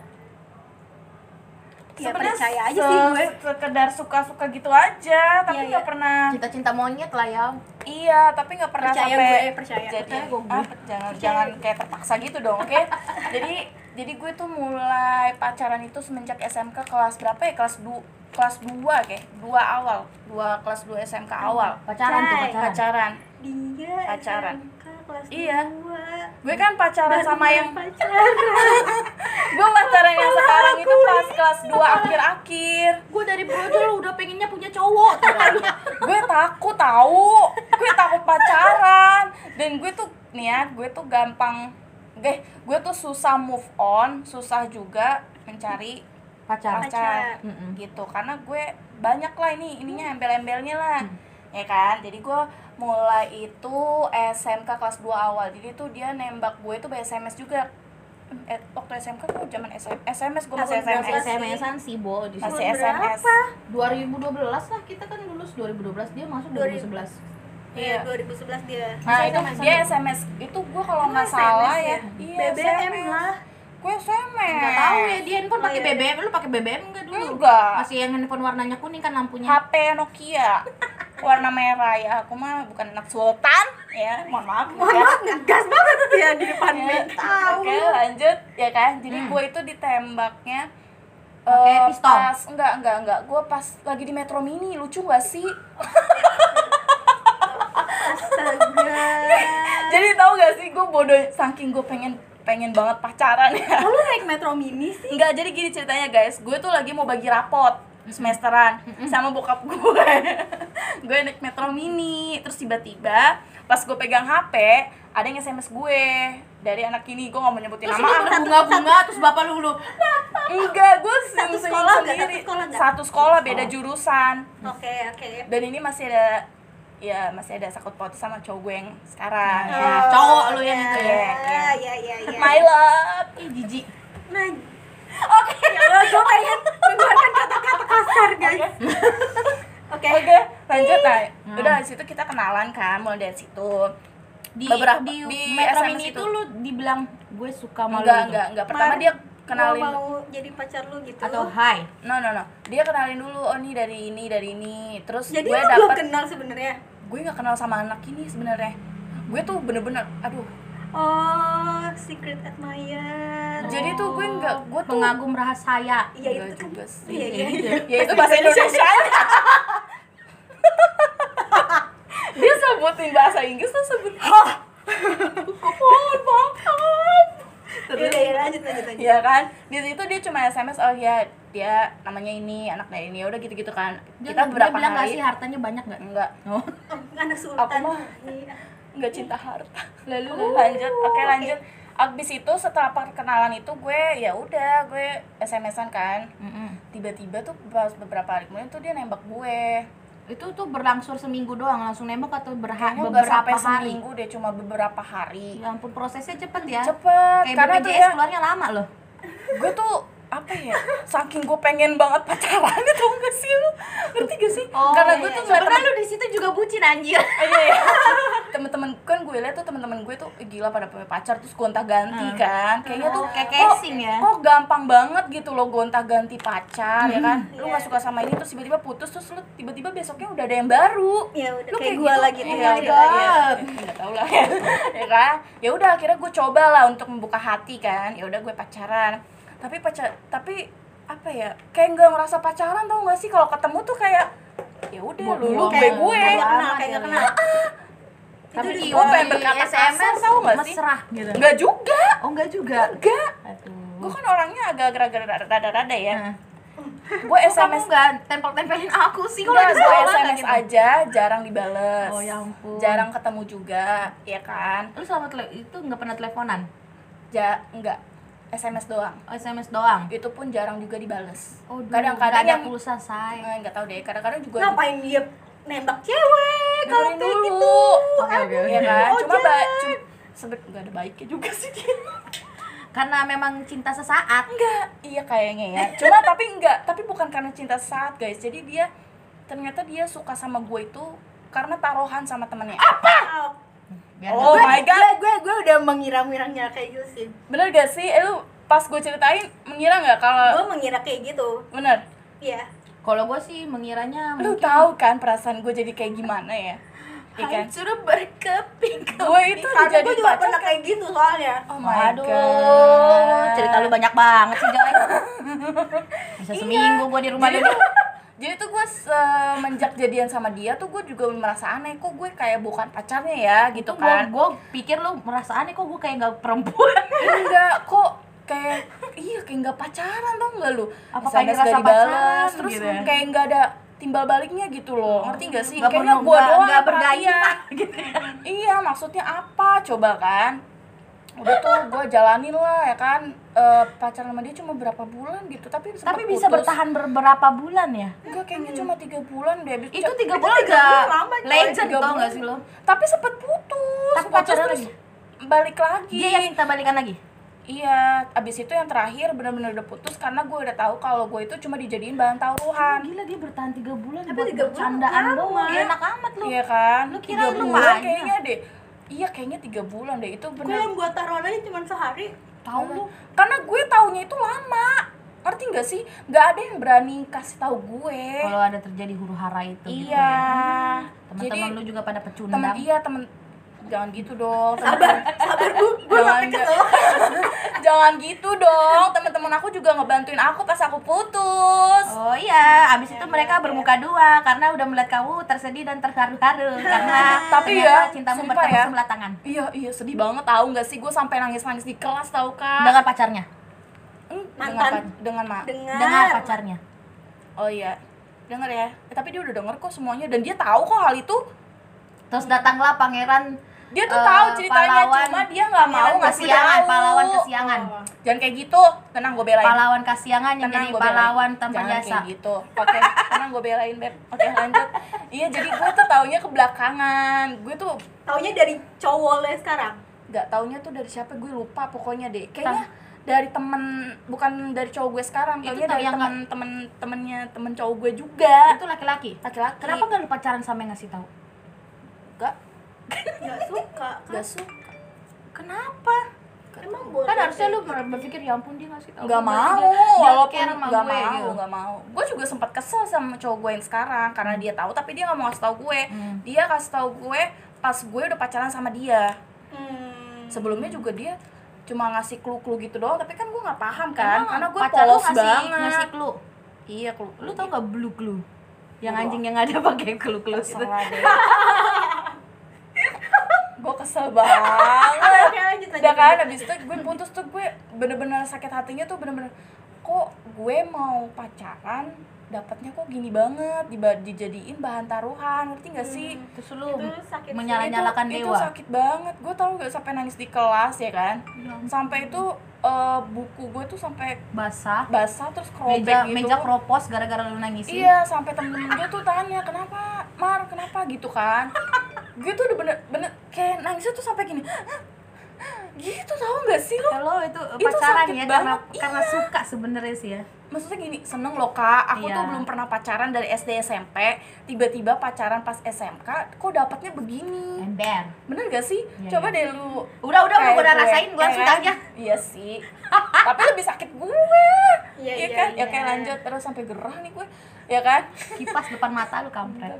Ya Sebenarnya percaya aja sih gue. sekedar suka-suka gitu aja, tapi Iya, nggak iya. pernah. Cinta-cinta monyet lah ya. Iya, tapi nggak pernah Percaya sampai gue, percaya. jadi Percaya gue. jangan kayak terpaksa gitu dong, oke? jadi gue tuh mulai pacaran itu semenjak SMK kelas berapa ya? Kelas 2 kayak 2 awal, 2 kelas 2 SMK awal. Pacaran tuh, Cai. Pacaran. Dia Pacaran. SMK kelas Iya. 2. Gue kan pacaran sama yang pacaran. gue pacaran yang sekarang itu pas kelas 2 akhir-akhir. Gue dari brojol udah pengennya punya cowok. Gue takut tahu, gue takut pacaran, dan gue tuh nih ya, gue tuh gampang, gue tuh susah move on, susah juga mencari Pacar. pacar gitu, karena gue banyak lah ininya embel-embelnya lah, ya kan. Jadi gue mulai itu SMK kelas 2 awal, jadi tuh dia nembak gue tuh by SMS juga. Waktu SMK gue zaman SMS, gue masih Tahun berapa SMS, SMS-an sih, Bo, di masih Tahun SMS. 2012 lah, kita kan lulus 2012, dia masuk 2011. Iya, 2011 dia. Nah Masih itu SMS-an dia ya? SMS itu gue kalau nggak SMS salah ya? ya, iya BBM SMS. lah. Gue SMS. Enggak tahu ya, dia handphone Oh, pakai iya. BBM, lu pakai BBM enggak dulu? Enggak. Masih yang handphone warnanya kuning kan lampunya. HP Nokia warna merah ya. Aku mah bukan anak sultan ya, mohon maaf. Mohon maaf, ngegas banget ya di depan Ya, gue. Tahu. Oke lanjut ya kan. Jadi gue itu ditembaknya Pakai pistol. Pas enggak. Gue pas lagi di Metro Mini, lucu gak sih? Astaga. Jadi tahu gak sih gue bodoh saking gue pengen banget pacaran ya. Kok lu naik Metro Mini sih? Enggak, jadi gini ceritanya guys. Gue tuh lagi mau bagi rapot semesteran sama bokap gue. Gue naik Metro Mini, terus tiba-tiba pas gue pegang HP, ada yang SMS gue dari anak ini. Gue gak mau nyebutin Terus nama. ini bunga-bunga terus bapak lu Enggak, gue Satu senyum-senyum sekolah nggak? sendiri. Satu sekolah nggak? Satu sekolah, beda jurusan. Oke. Dan ini masih ada sakut paut sama cowok gue yang sekarang. Ya, cowok lu yang itu ya. Iya. My love. Ih, jijik. Nah, oke. Gue pengen mengeluarkan kata-kata kasar, guys. Oke. Oke, lanjut. Nah, udah dari situ kita kenalan kan, mulai dari situ. Di Beberapa- di di Metro SMS Mini itu. itu lu dibilang gue suka sama lu gitu? Enggak. Pertama dia kenalin. Gua mau jadi pacar lu gitu. Atau hai? No. Dia kenalin dulu, oh nih dari ini. Terus Jadi gue lu belum dapet, kenal sebenarnya. gue nggak kenal sama anak ini sebenarnya. Gue tuh bener-bener, aduh. Oh, secret admirer. Jadi tuh gue tuh Pengagum rahasia. Iya Enggak itu kan. juga sih. Iya. Ya itu bahasa Indonesia. Dia sebutin bahasa Inggris tuh sebut. Ya, lanjut. Iya kan, di situ dia cuma SMS, oh ya dia namanya ini, anaknya ini, udah gitu kan. Kita beberapa bilang gak hari sih hartanya banyak gak? enggak Oh. Anak sultan. Aku mah Iya. enggak cinta harta. Lalu lanjut. Oke, lanjut. Abis itu setelah perkenalan itu gue ya udah gue SMS-an kan. Tiba-tiba tuh pas beberapa hari kemudian tuh dia nembak gue. Itu tuh berlangsung seminggu doang langsung nembak atau Kayaknya nggak beberapa sampai hari? seminggu deh, cuma beberapa hari. Ya ampun, prosesnya cepet ya. Cepet, Kayak karena tuh BPJS ya keluarnya lama loh. gue tuh apa ya, saking gue pengen banget pacaran tau gak sih lu, ngerti gak sih? Karena gue tuh ngeliat sebenarnya lu di situ juga bucin anjir. iya. Temen-temen kan gue liat tuh temen-temen gue tuh gila pada punya pacar terus gonta-ganti kan, kayaknya tuh kayak kok- casing ya. kok gampang banget gitu loh gonta-ganti pacar ya kan. Lu gak suka sama ini terus tiba-tiba putus, terus lu tiba-tiba besoknya udah ada yang baru. Ya udah Lu kayak kayak gua gitu, lagi oh tuh my ceritanya. God. Nggak tahu lah ya. Ya kan, ya udah akhirnya gue coba lah untuk membuka hati kan. Ya udah gue pacaran, tapi apa ya, kayak nggak ngerasa pacaran, tau nggak sih? Kalau ketemu tuh kayak ya udah lu Kayak gue kayak Bodo kenal, amat kayak ya, nggak kenal. Tapi Itu di gue pengen berkata SMS kasar, tau nggak sih? mesra gitu. Nggak juga. Oh enggak juga. Enggak, Aduh. gue kan orangnya agak rada-rada ya. Nah. Gue Kamu SMS enggak tempel-tempelin aku sih kalau Enggak, di gue sekolah SMS gitu. aja, jarang dibales. Oh, ya ampun. Jarang ketemu juga, ya kan? Lu selama itu enggak pernah teleponan? Enggak, SMS doang. Oh, SMS doang. Itu pun jarang juga dibales. Oh, Kadang-kadang ada yang pulsa, say. nggak tahu deh, kadang-kadang juga Ngapain dia nembak cewek kalau dengerin kayak dulu. gitu? Oke. Ya kan? Oh, Cuma Jack. nggak ada baiknya juga sih dia. Karena memang cinta sesaat. Enggak, iya kayaknya ya. Cuma tapi bukan karena cinta saat, guys. Jadi ternyata dia suka sama gue itu karena taruhan sama temennya. Oh, Oh my God. gue udah mengira-ngiranya kayak gitu sih. Bener gak sih? Lu pas gue ceritain mengira nggak kalau Gue mengira kayak gitu. bener? Iya. Kalau gue sih mengiranya Lu tahu kan perasaan gue jadi kayak gimana ya? Iya kan? hancur berkeping. Gue itu Karena jadi gue juga pacar pernah kayak gitu soalnya. Oh my Waduh, God. cerita lu banyak banget sih, Joy. Bisa seminggu gue di rumah Jadi dulu. tuh, jadi tuh gue semenjak jadian sama dia tuh gue juga merasa aneh, kok gue kayak bukan pacarnya ya gitu kan. Gue pikir lu merasa aneh, kok gue kayak gak perempuan. Enggak, kok kayak kayak nggak pacaran tau nggak lu? Apa SMS kayak ngerasa nggak dibales, pacaran terus gitu ya? kayak nggak ada timbal baliknya gitu loh, ngerti nggak sih? Nggak Kayaknya perlu- gue doang nggak yang bergairah perhatian. gitu ya. Iya, maksudnya apa coba kan? Udah tuh gue jalanin lah ya kan, pacaran sama dia cuma berapa bulan gitu, tapi sempet Tapi bisa putus. bertahan beberapa bulan ya? Enggak, kayaknya cuma 3 bulan deh. Itu 3 bulan gak lama, coy. legend 3 tau bulan. gak sih lo? Tapi sempet putus. Tapi pacaran terus lagi? balik lagi. Dia yang minta balikan lagi? Iya, abis itu yang terakhir benar-benar udah putus karena gue udah tahu kalau gue itu cuma dijadiin bahan taruhan. Gila, dia bertahan 3 bulan Tapi buat 3 bulan bercandaan lama. doang. Gak enak amat lu. Iya kan? Lu kira 3 lu bulan banyak? kayaknya deh. Iya, kayaknya 3 bulan deh. Itu Gue bener. yang buat taruhan aja cuma sehari. Tahu lu? Karena gue taunya itu lama. Ngerti nggak sih? Nggak ada yang berani kasih tahu gue. Kalau ada terjadi huru hara itu gitu Iya. ya. Jadi Teman-teman lu juga pada pecundang. temen jangan gitu dong. Sabar bu, gue Jangan, sampai kesel. Jangan gitu dong, teman-teman aku juga ngebantuin aku pas aku putus. Oh iya, abis itu mereka bermuka dua karena udah melihat kamu tersedih dan terharu-haru karena Tapi ternyata ya, cintamu sumpah bertemu ya. sebelah tangan Iya sedih banget tahu nggak sih, gue sampai nangis di kelas tahu kak. dengan pacarnya. Mantan. Dengan Dengan pacarnya. Oh iya, denger ya. Tapi dia udah denger kok semuanya dan dia tahu kok hal itu. Terus datanglah pangeran. Dia tuh tahu ceritanya, pahlawan cuma dia nggak mau ngasih kesiangan, tahu. pahlawan kesiangan. Jangan kayak gitu, tenang gue belain. Pahlawan kasiangan yang Tenang, jadi gua belain. pahlawan tanpa Jangan jasa. kayak gitu. Oke, tenang gue belain beb. Oke lanjut. Iya jadi gue tuh taunya ke belakangan. Gue tuh Taunya dari cowok lo sekarang. nggak taunya tuh dari siapa, gue lupa pokoknya deh. Kayaknya dari temen, bukan dari cowok gue sekarang. Itu Taunya tau dari yang temen cowok gue juga. Itu laki-laki. Laki-laki. Kenapa nggak lu pacaran sama yang ngasih tahu? Gak, Nggak suka kan? gak suka. Kenapa? Emang boleh. Kan harusnya lu berpikir ya ampun dia ngasih tahu. Nggak Berarti mau, dia walaupun care sama nggak gue, mau, gitu. nggak mau. Gue juga sempat kesel sama cowok gue yang sekarang karena dia tahu tapi dia nggak mau kasih tahu gue. Dia kasih tahu gue pas gue udah pacaran sama dia. Sebelumnya juga dia cuma ngasih clue-clue gitu doang, tapi kan gue nggak paham kan, Emang karena gue pacar lu polos banget. ngasih clue. Iya clue. Lu tau gak blue clue? Yang anjing yang ada pakai clue-clue itu. Salah deh. Gue kesel banget. Oke, lanjut. Udah kan, abis itu gue putus tuh gue bener-bener sakit hatinya tuh bener-bener kok gue mau pacaran dapatnya kok gini banget, dijadiin bahan taruhan, ngerti gak sih? Terus lu Itu sakit sih. menyala-nyalakan itu dewa. sakit banget, gue tau gak sampai nangis di kelas ya kan, sampai itu buku gue tuh sampai Basah. basah terus kerobek gitu. Meja kropos gara-gara lu nangisin. Iya, sampai temen-temen gue tuh tanya kenapa Mar, kenapa gitu kan. Gue tuh udah bener-bener kayak nangisnya tuh sampai gini gitu, tau gak sih lo? Kalau itu Itu pacaran sakit ya banget. karena Iya. suka sebenarnya sih ya. Maksudnya gini, seneng loh kak, aku Iya. tuh belum pernah pacaran dari SD SMP, tiba-tiba pacaran pas SMK, kok dapetnya begini. Ember. Bener gak sih? Iya, Coba deh lu. Udah kayak gue udah gue, rasain, gue ya langsung kan? aja. Iya sih. Tapi lebih sakit gue. Iya, Iya iya, kan? Ya iya. kayak lanjut terus sampai gerah nih gue. Ya kan? Kipas depan mata lu kampret.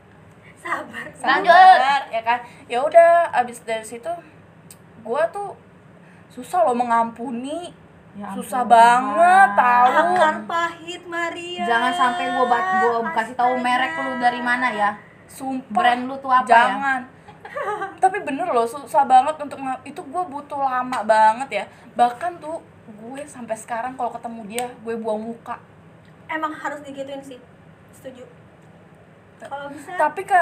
Sabar. Lanjut. Sabar, ya kan? Ya udah, abis dari situ gue tuh susah loh mengampuni. Ya ampun, Susah banget, Tuhan. tahu. Akar pahit Maria. Jangan sampai gua kasih tahu merek lu dari mana ya. Sumpah. Brand lu tuh apa ya? Jangan. Tapi bener loh, susah banget untuk itu, gue butuh lama banget ya. Bahkan tuh gue sampai sekarang kalau ketemu dia gue buang muka. Emang harus digituin sih. Setuju. Kalau bisa.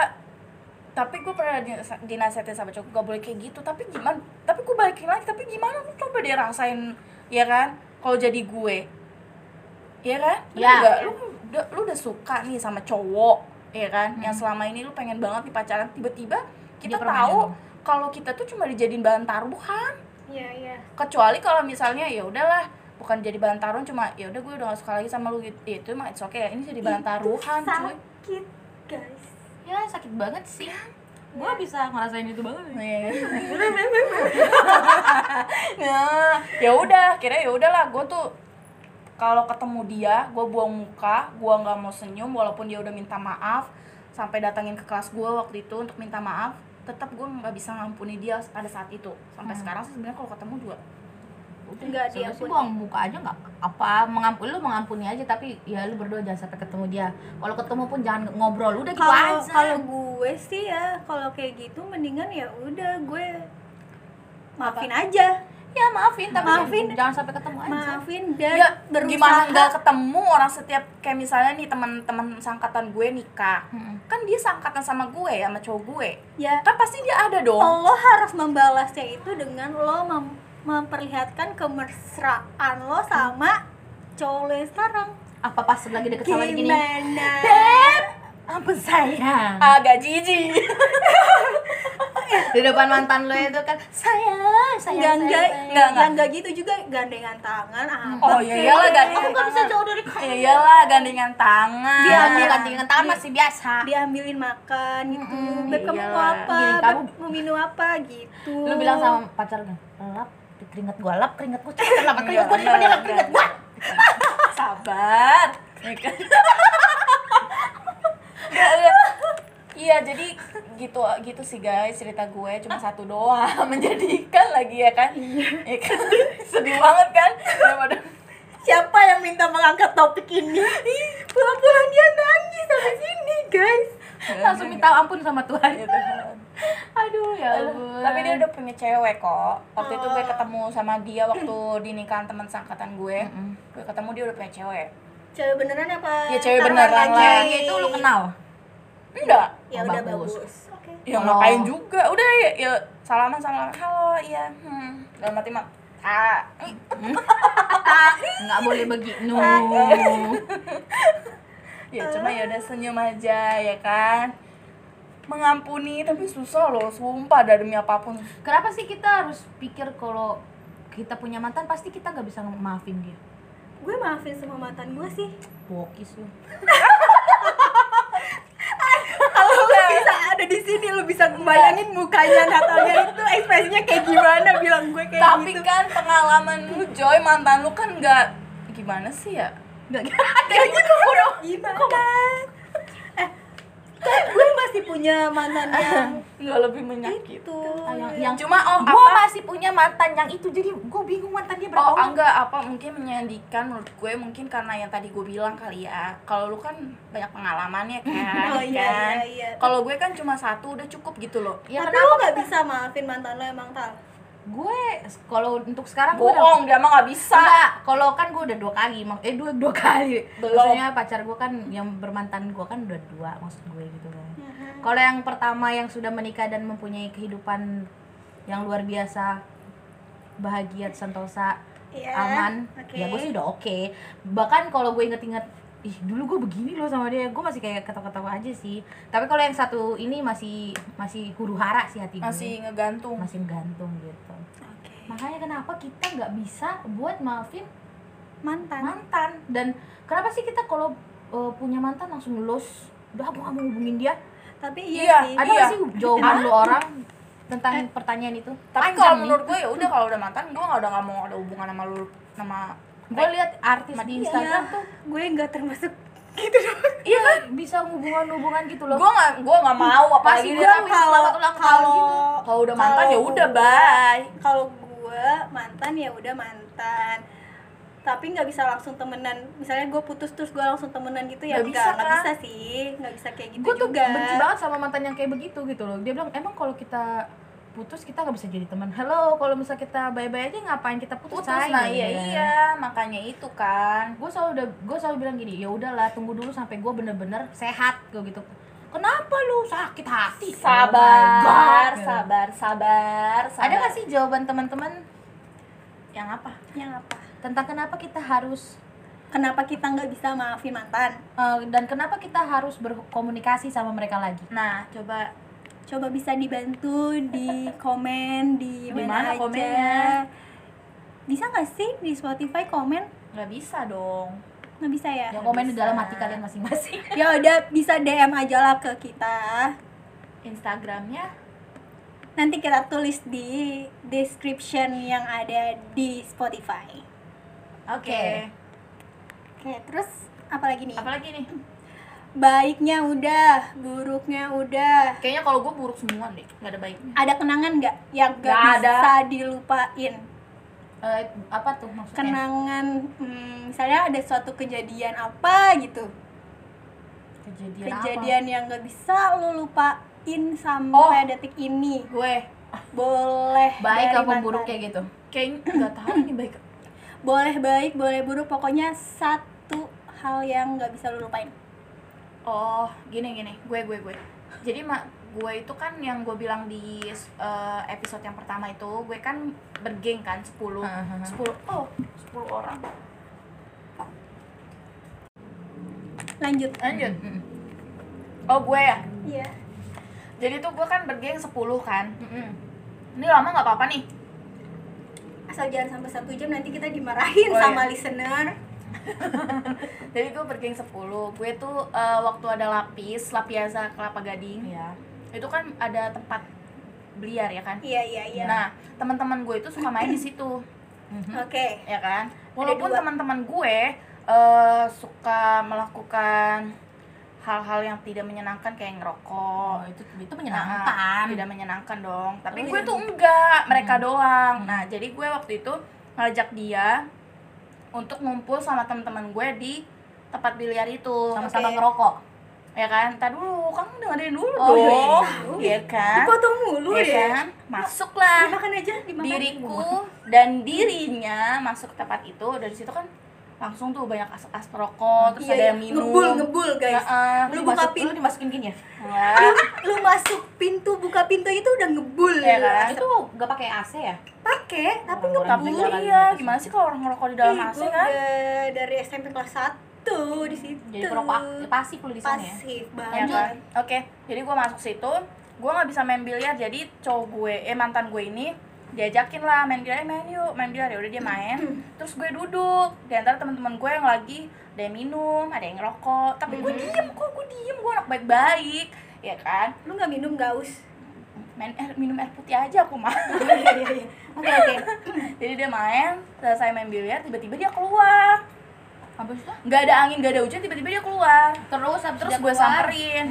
Tapi gue pernah dinasihatin sama cowok gak boleh kayak gitu. Tapi gimana? Tapi gue balikin lagi. Tapi gimana? Lu coba dia rasain, ya kan? Kalau jadi gue, ya kan? Ya. Enggak, lu udah suka nih sama cowok, ya kan? Yang selama ini lu pengen banget di pacaran, tiba-tiba kita Dia permanen tahu lu. kalau kita tuh cuma dijadiin bahan taruhan. Iya, iya. Kecuali kalau misalnya ya udahlah, bukan jadi bahan taruhan, cuma ya udah gue udah gak suka lagi sama lu gitu. Ya, itu mah it's okay ya. Ini jadi bahan taruhan, cuy. Sakit, guys. Ya sakit banget sih. Gua bisa ngerasain itu banget. Ya udah, kira ya udahlah, gue tuh kalau ketemu dia, gue buang muka, gue nggak mau senyum walaupun dia udah minta maaf, sampai datangin ke kelas gue waktu itu untuk minta maaf, tetap gue nggak bisa ngampuni dia pada saat itu. Sampai sekarang sih sebenarnya kalau ketemu juga Enggak Sebenarnya sih diampuni. buang muka aja nggak apa, mengampuni aja, tapi ya lu berdua jangan sampai ketemu dia. Kalau ketemu pun jangan ngobrol, udah gitu aja. Kalau gue sih ya, kalau kayak gitu mendingan ya udah gue maafin aja. Ya maafin, tapi Maafin. jangan sampai ketemu aja. Maafin dan ya berusaha. gimana nggak ketemu orang setiap kayak misalnya nih teman-teman sangkatan gue nikah, kan dia sangkatan sama gue sama cowok gue, Ya, kan pasti dia ada dong. lo harus membalasnya itu dengan lo memperlihatkan kemesraan lo sama cowok lo yang sekarang. Apa pas lagi deket sama dia gini? Gimana? Beb, ampun sayang. Agak jijik. Di depan mantan lo itu kan sayang. Enggak gitu juga, gandengan tangan apa Oh iya iyalah gandengan Aku nggak bisa tangan. jauh dari kamu. Ya iyalah gandengan tangan. Dia ambil gandengan tangan masih biasa. diambilin makan gitu. Beb, kamu iyalah. mau apa? Gini, Beb, kamu- mau minum apa gitu. Lu bilang sama pacarnya, lap keringet gua, lap keringet gua, cepet lap keringet gua daripada lap keringet gua. Sabar. Ya kan? Iya Iya, jadi gitu sih guys, cerita gue cuma satu doang. Menjadikan lagi ya kan. Iya kan? Sedih banget kan. Daripada Siapa yang minta mengangkat topik ini? Pulang-pulang dia nangis sampai sini, guys. Langsung minta ampun sama Tuhan. ya Tuhan. Aduh ya ampun. Tapi dia udah punya cewek kok. Waktu itu gue Oh. ketemu sama dia waktu di nikahan teman seangkatan gue. Gue ketemu dia udah punya cewek. Cewek beneran apa? Ya, cewek taruhan beneran lagi? lah. Ceweknya itu lu kenal? Enggak. Ya Oh, udah bagus. bagus. Oke. Ya Kalau- ngapain juga. Udah ya salaman. Halo, iya. Dalam hati mah Nggak boleh begitu. ya cuma ya udah senyum aja ya kan. Mengampuni tapi susah loh, sumpah demi apapun. Kenapa sih kita harus pikir kalau kita punya mantan pasti kita nggak bisa maafin dia? Gue maafin semua mantan gue sih. Bokis lu. Kalau lu bisa ada di sini, lu bisa bayangin mukanya Natalia itu ekspresinya kayak gimana bilang gue kayak Tapi gitu. kan pengalaman lu Joy, mantan lu kan nggak gimana sih ya? Nggak Kayak gitu gimana? Kan gue masih punya mantan yang Nggak lebih menyakitkan. itu. yang Cuma gue apa? masih punya mantan yang itu, jadi gue bingung mantan dia berapa Oh orang. enggak, apa mungkin menyedihkan menurut gue, mungkin karena yang tadi gue bilang kali ya. Kalau lu kan banyak pengalamannya kan. Oh, iya, kan? iya, iya. Kalau gue kan cuma satu udah cukup gitu loh. Ya Tapi kenapa lu gak bisa maafin mantan lo emang, Tal? gue kalau untuk sekarang gue udah Bohong, dia mah nggak bisa. enggak, kalau kan gue udah dua kali, dua kali. Belum. Maksudnya pacar gue kan yang bermantan gue kan udah dua, maksud gue gitu kan. Kalau yang pertama yang sudah menikah dan mempunyai kehidupan yang luar biasa, bahagia, sentosa, Iya, aman, oke. ya gue sih udah oke. Bahkan kalau gue inget-inget, ih dulu gue begini loh sama dia, gue masih kayak ketawa-ketawa aja sih. Tapi kalau yang satu ini masih huru hara sih hati gue. Masih ngegantung. Masih gantung gitu. Oke. Makanya kenapa kita nggak bisa buat maafin Mantan. mantan, dan kenapa sih kita kalau punya mantan langsung los, udah aku nggak mau hubungin dia? Tapi Iya, iya sih. Ada Iya. nggak sih jawaban lu orang tentang pertanyaan itu? Tapi Panjang kalau nih. menurut gue ya udah, kalau udah mantan gue nggak mau ada hubungan sama lu, sama Gue lihat artis Sama di dia. Instagram tuh Gue nggak termasuk gitu dong. iya bisa hubungan gitu loh. gue nggak mau, apalagi Masih dia gua tapi kalau- selamat ulang tahun gitu. kalau udah mantan ya udah bye. Kalau gue mantan ya udah mantan. Tapi nggak bisa langsung temenan. Misalnya gue putus terus gue langsung temenan gitu ya, Nggak bisa, nggak kan? bisa sih, nggak bisa kayak gitu Gue tuh juga. benci banget sama mantan yang kayak begitu gitu loh. Dia bilang emang kalau kita putus kita nggak bisa jadi teman. Hello, kalau misalnya kita bye-bye aja ngapain kita putus? Putus, say? nah Gitu kan. iya makanya itu kan. Gue selalu bilang gini, ya udahlah tunggu dulu sampai gue bener-bener sehat gue gitu. Kenapa lu sakit hati? Oh my Sabar, God. sabar. Ada nggak sih jawaban teman-teman yang apa? Yang apa? tentang kenapa kita harus Kenapa kita nggak bisa maafin mantan? dan kenapa kita harus berkomunikasi sama mereka lagi? Nah, Coba bisa dibantu di komen di Di mana mana aja. komennya? Bisa nggak sih di Spotify komen? nggak bisa dong. Nggak bisa ya? Yang komen di bisa. dalam hati kalian masing-masing. Ya udah, bisa DM aja lah ke kita. Instagramnya Nanti kita tulis di description yang ada di Spotify. oke. Oke, terus apa lagi nih? Apalagi nih? Baiknya udah, buruknya udah. Kayaknya kalau gue buruk semua deh, nggak ada baiknya. Ada kenangan nggak yang nggak Nggak ada. bisa dilupain? Apa tuh maksudnya? Kenangan, misalnya ada suatu kejadian apa gitu. Kejadian yang nggak bisa lu lupain sampai detik ini. Gue Boleh baik dari apa mantan. buruk kayak gitu? kayaknya nggak tahu nih baik. Boleh baik, boleh buruk, pokoknya satu hal yang nggak bisa lu lupain. Oh, gini. Gue. Jadi gue itu kan yang gue bilang di episode yang pertama itu, gue kan bergeng kan 10 orang. Lanjut. Lanjut. Oh, gue ya. Iya. Jadi tuh gue kan bergeng 10 kan. Ini lama nggak apa-apa nih. Asal jangan sampai 1 jam nanti kita dimarahin Oh, sama iya. listener. Jadi gue bergeng 10. Gue tuh waktu ada Lapiasa Kelapa Gading. Iya. Itu kan ada tempat biliar ya kan. Iya. Nah, teman-teman gue itu suka main di situ. Oke. Ya kan. Walaupun dua. teman-teman gue suka melakukan hal-hal yang tidak menyenangkan kayak ngerokok. Itu menyenangkan. Tidak menyenangkan dong. Tapi gue tuh enggak, mereka doang. Nah, jadi gue waktu itu ngajak dia untuk ngumpul sama teman-teman gue di tempat biliar itu. Sama-sama ngerokok. Ya kan? Entar dulu, kamu dengerin dulu Oh, iya, dong. iya. Iya kan? Dipotong mulu Iya ya. kan? Masuklah. Dimakan aja, dimakan. Diriku dan dirinya masuk ke tempat itu. Dari situ kan langsung tuh banyak asap rokok, terus ada yang minum. ngebul guys. Lu buka Lu dimasukin gini ya? Lu masuk pintu, buka pintu itu udah ngebul. Ya kan? Itu nggak pakai AC ya? Pakai, tapi Orang ngebul. jarang Iya, gitu. gimana sih kalau orang ngerokok di dalam Ih, AC gua kan? udah dari SMP kelas 1 di situ. Jadi perokok pasif lu di sana ya? Pasif Ya banget. kan? Oke, jadi gue masuk situ, gue nggak bisa main biliar, jadi cowok gue, mantan gue ini diajakin lah main biliar, main yuk, main biliar. Ya udah dia main, terus gue duduk di antara teman-teman gue yang lagi ada yang minum, ada yang ngerokok, tapi gue diem, gue anak baik-baik, ya kan? Lu nggak minum gaus? Minum air putih aja aku mah. Oke. Jadi dia main, selesai main biliar, tiba-tiba dia keluar. Habis itu? Nggak ada angin, nggak ada hujan, tiba-tiba dia keluar. Terus habis Terus dia gue keluar. samperin.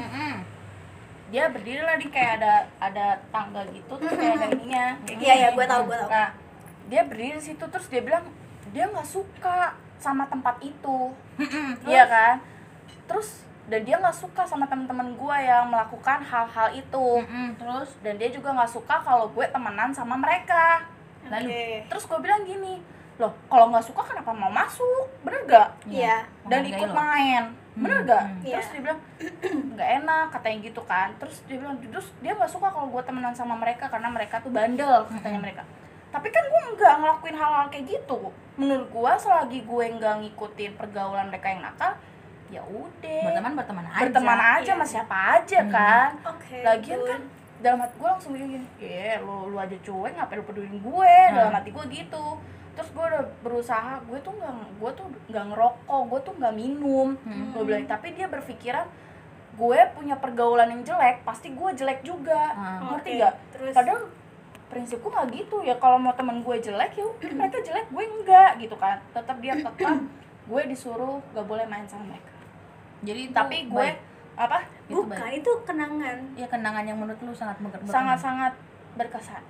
Dia berdiri lah di kayak ada tangga gitu, terus kayak ada ininya. Kayak Iya, gini. iya, gue tahu. Nah, dia berdiri di situ, terus dia bilang dia nggak suka sama tempat itu. Iya kan? Terus dan dia nggak suka sama teman-teman gue yang melakukan hal-hal itu. Terus Dan dia juga nggak suka kalau gue temenan sama mereka. lalu Terus gue bilang gini, loh kalau nggak suka kenapa mau masuk? Bener gak? Iya. Dan menghargai ikut lo. main, bener gak? Iya. Terus dia bilang nggak enak katanya gitu kan. Terus dia bilang terus dia nggak suka kalau gue temenan sama mereka karena mereka tuh bandel katanya mereka. Tapi kan gue nggak ngelakuin hal-hal kayak gitu. Menurut gue selagi gue nggak ngikutin pergaulan mereka yang nakal, ya udah. berteman aja. Berteman aja sama siapa aja kan. Oke. Lagian betul. kan dalam hati gue langsung gini, lu aja cuek ngapain lu peduliin gue. Dalam hati gue gitu. Terus gue udah berusaha, gue tuh nggak ngerokok, gue tuh nggak minum. Gue bilang, tapi dia berpikiran gue punya pergaulan yang jelek, pasti gue jelek juga. Ngerti Oke, gak? terus? Padahal prinsipku nggak gitu ya, kalau mau temen gue jelek ya udah, mereka jelek, gue enggak gitu kan. Tetap dia kekeh, gue disuruh gak boleh main sama mereka. Jadi Tapi gue apa? Itu Bukan, baik. itu kenangan. Ya kenangan yang menurut lu sangat Sangat-sangat berkesan.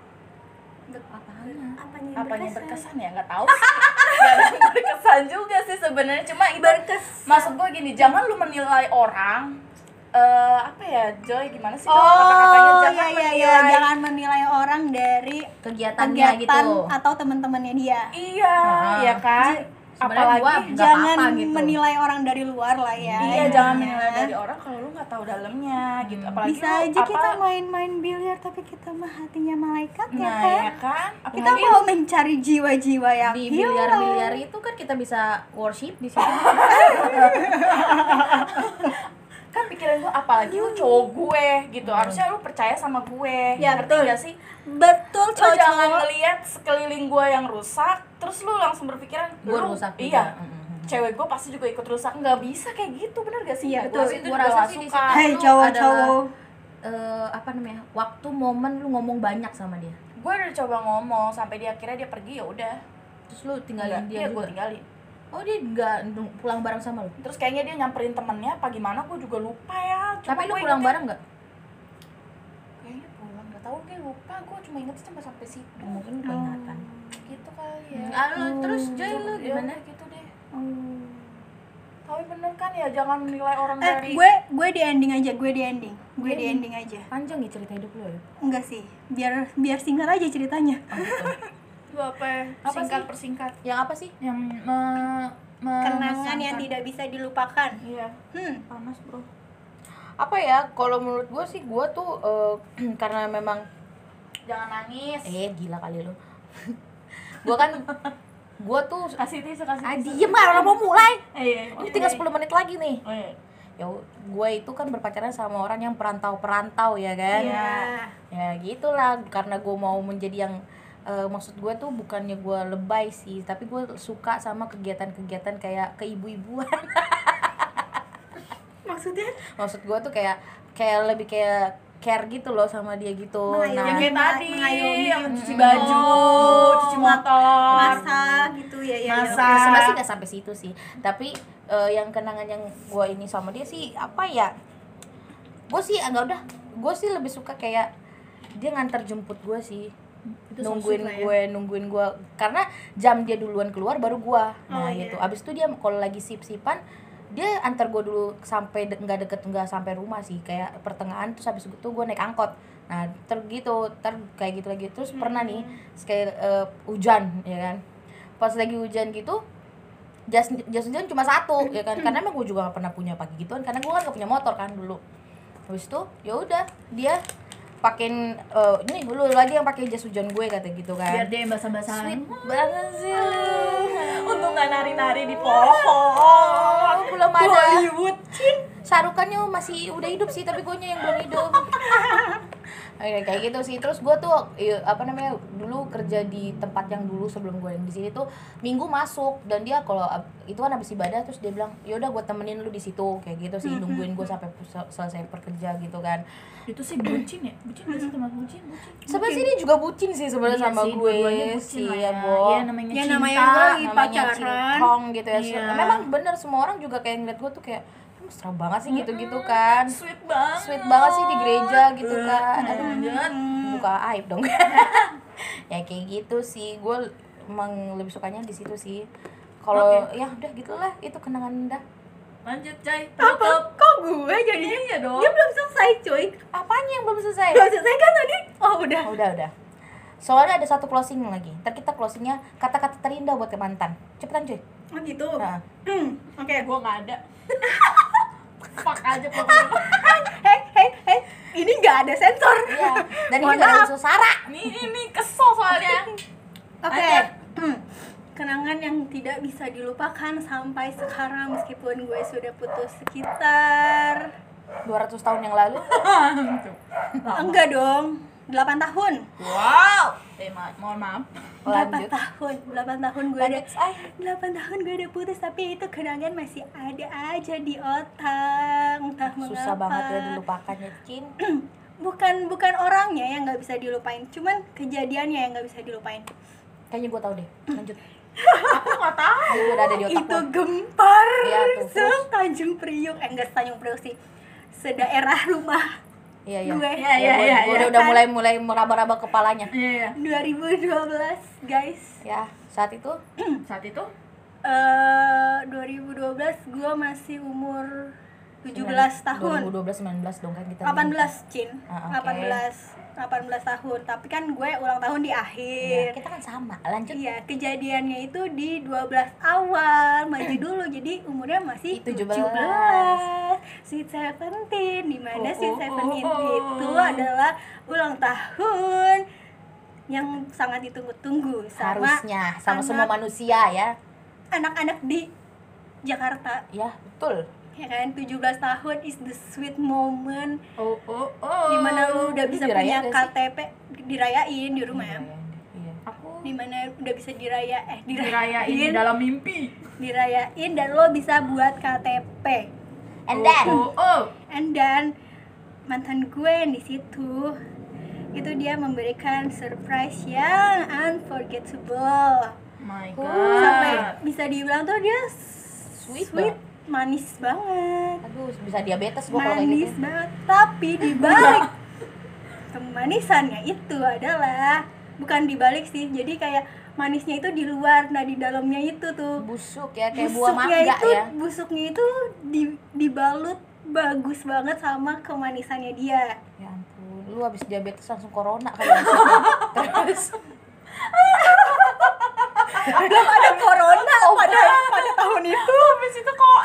Apanya berkesan ya nggak tahu sih. Nggak ada yang berkesan juga sih sebenarnya, cuma itu maksud gue gini, jangan lu menilai orang apa ya Joy, gimana sih kata-katanya, jangan menilai. Jangan menilai orang dari kegiatannya kegiatan gitu. atau teman-temannya dia. Iya, ya kan. Sebenarnya gua Apalagi nggak Jangan apa-apa gitu. menilai orang dari luar lah ya. iya, intinya. jangan menilai dari orang kalau lu nggak tahu dalamnya gitu. Apalagi Bisa lu aja kita main-main biliar tapi kita mah hatinya malaikat ya nah kan. ya kan. Kita mau mencari jiwa-jiwa yang Di hilang. biliar itu kan kita bisa worship di situ. Kan pikiran gue, apalagi lu cowok gue gitu, harusnya lu percaya sama gue. Ya, Ngerti betul. nggak sih? Betul, Lu jangan cowok-cowok. ngelihat sekeliling gue yang rusak, terus lu langsung berpikiran Gua lu rusak juga. iya, cewek gue pasti juga ikut rusak. Nggak bisa kayak gitu, bener gak sih? Iya, Gua betul. sih itu Gua juga rasa nggak sih di suka. situ Hei lu cowok-cowok. apa namanya? Waktu momen lu ngomong banyak sama dia. Gue udah coba ngomong sampai dia akhirnya dia pergi, ya udah. Terus lu tinggalin dia Iya, gue juga. tinggalin. Oh, dia nggak pulang bareng sama lu. Terus kayaknya dia nyamperin temennya apa gimana, gue juga lupa ya. Cuma Tapi lu gua pulang ingetnya- bareng nggak? Kayaknya pulang, nggak tahu, gue lupa. Gue cuma inget cuma sampai situ. Mungkin lu keingatan. Gitu kali ya. Terus Joy lu Ya gimana? udah gitu deh. Tapi bener kan ya, jangan menilai orang dari Gue di ending aja, gue di ending aja. Panjang ya cerita hidup lu ya? Enggak sih, biar singkat aja ceritanya. Lu apa ya? Apa Singkat sih? persingkat. Yang apa sih? Yang Kenangan yang tidak bisa dilupakan. Iya. panas bro. Apa ya? Kalau menurut gue sih, gue tuh karena memang Jangan nangis. gila kali lu. Gue tuh Kasih tisu, kasih tisu. diem lah, orang mau mulai. Iya. Ini tinggal 10 menit lagi nih. Oh, iya. Ya gue itu kan berpacaran sama orang yang perantau ya kan. Iya. Ya gitulah, karena gue mau menjadi yang maksud gue tuh bukannya gue lebay sih, tapi gue suka sama kegiatan-kegiatan kayak keibu-ibuan. Maksudnya? Maksud gue tuh kayak lebih kayak care gitu loh sama dia gitu. Mengayomi. Yang kayak tadi, mengayomi. yang cuci baju, cuci motor, Masak gitu ya. Masak. Sebenarnya sih nggak sampai situ sih, tapi yang kenangan yang gue ini sama dia sih apa ya, gue sih agak udah, gue sih lebih suka kayak dia nganter jemput gue sih, Itu so nungguin sweet lah ya. nungguin gue karena jam dia duluan keluar baru gue, nah iya. gitu. Abis itu dia kalau lagi sip-sipan dia antar gue dulu sampai nggak sampai rumah sih, kayak pertengahan, terus habis itu gue naik angkot. Nah kayak gitu lagi. Terus pernah nih kayak hujan ya kan, pas lagi hujan gitu jas hujan cuma satu ya kan, karena emang gue juga gak pernah punya pakai gituan karena gue kan gak punya motor kan dulu. Habis itu ya udah dia pakein ini dulu lagi yang pakai jas hujan gue kata gitu kan. Biar dia yang basah-basahan. Sweet banget sih lu. Untung gak nari-nari di pohon. Belum ada. Hollywood. Sarukannya masih udah hidup sih, tapi gue yang belum hidup. Kayak gitu sih. Terus gue tuh dulu kerja di tempat yang dulu sebelum gue yang di sini tuh minggu masuk, dan dia kalau itu kan habis ibadah terus dia bilang yaudah gue temenin lu di situ kayak gitu sih, nungguin gue sampai selesai bekerja gitu kan. Itu sih bucin ya? Bucin gak sih teman bucin? Sebenarnya sih dia juga bucin sih sebenarnya sama sih, gue dua-duanya bucin sih lah ya, Bo. Ya namanya Ya, cinta. namanya gue lagi Namanya pacaran. cincong gitu ya. Iya. Memang bener semua orang juga kayak ngeliat gue tuh kayak mesra banget sih gitu-gitu kan. Sweet banget. Sweet banget sih di gereja gitu kan. Aduh, Jangan. buka aib dong. Ya kayak gitu sih. Gue emang lebih sukanya di situ sih. Kalau ya udah gitulah, itu kenangan indah. Lanjut, Cai. Apa? Tutup. Kok gue jadinya? Iya dong. Dia belum selesai cuy. Apanya yang belum selesai? Belum selesai kan tadi? Oh udah. Udah. Soalnya ada satu closing lagi. Ntar kita closingnya kata-kata terindah buat ke mantan. Cepetan cuy. Oh gitu. Nah. Oke. Gue gak ada. Fuck aja pokoknya. Hey, ini nggak ada sensor. Iya. Dan ini Mohon gak ada maaf. unsur sara. Ini kesel soalnya. Oke. Lanjut. Kenangan yang tidak bisa dilupakan sampai sekarang meskipun gue sudah putus sekitar 200 tahun yang lalu. enggak dong, 8 tahun. Wow. Mohon maaf. 8 Lanjut. tahun gue udah Lanjut, ay. 8 tahun gue udah putus, tapi itu kenangan masih ada aja di otak. Entah Susah mengapa. banget ya dilupakannya, Cin. bukan orangnya yang nggak bisa dilupain, cuman kejadiannya yang nggak bisa dilupain. Kayaknya gue tahu deh. Lanjut. Aku gak tahu. Itu udah ada di otak Itu gue. gempar Iya, tuh, terus? Tanjung Priuk, enggak Tanjung Priuk sih, sedaerah rumah Iya. gue. Iya. Gue udah mulai meraba-raba kepalanya. Iya. 2012 guys. Ya, saat itu Saat itu 2012 gue masih umur 17 tahun. 2012 19 dong kan kita. 18 Cin. Ah, oke. 18 tahun. Tapi kan gue ulang tahun di Ya, akhir. kita kan sama. Lanjut. Iya, kejadiannya itu di 12 awal, maju dulu, jadi umurnya masih 17. 17. Sweet Seventeen, di mana Sweet Seventeen itu adalah ulang tahun yang sangat ditunggu-tunggu Harusnya sama semua anak- manusia ya. anak-anak di Jakarta. Ya, betul. Ya kan, 17 tahun is the sweet moment Oh. dimana lu udah bisa dirayain punya gak sih? KTP, dirayain di rumah ya. Iya. Aku Dimana udah bisa dirayain di dirayain dalam mimpi. dirayain dan lo bisa buat KTP. And then And then mantan gue yang di situ itu dia memberikan surprise yang unforgettable. My Sampai god. bisa dibilang tuh dia Sweet sweet, manis banget. aduh, bisa diabetes gua kalau kayak Manis gitu. banget, tapi dibalik kemanisannya itu adalah bukan dibalik sih, jadi kayak manisnya itu di luar, nah di dalamnya itu tuh Busuk ya, kayak buah mangga itu, ya. busuknya itu dibalut bagus banget sama kemanisannya dia. Ya ampun, lu habis diabetes langsung corona kali ya. Terus Belum ada corona pada tahun itu. Habis itu kok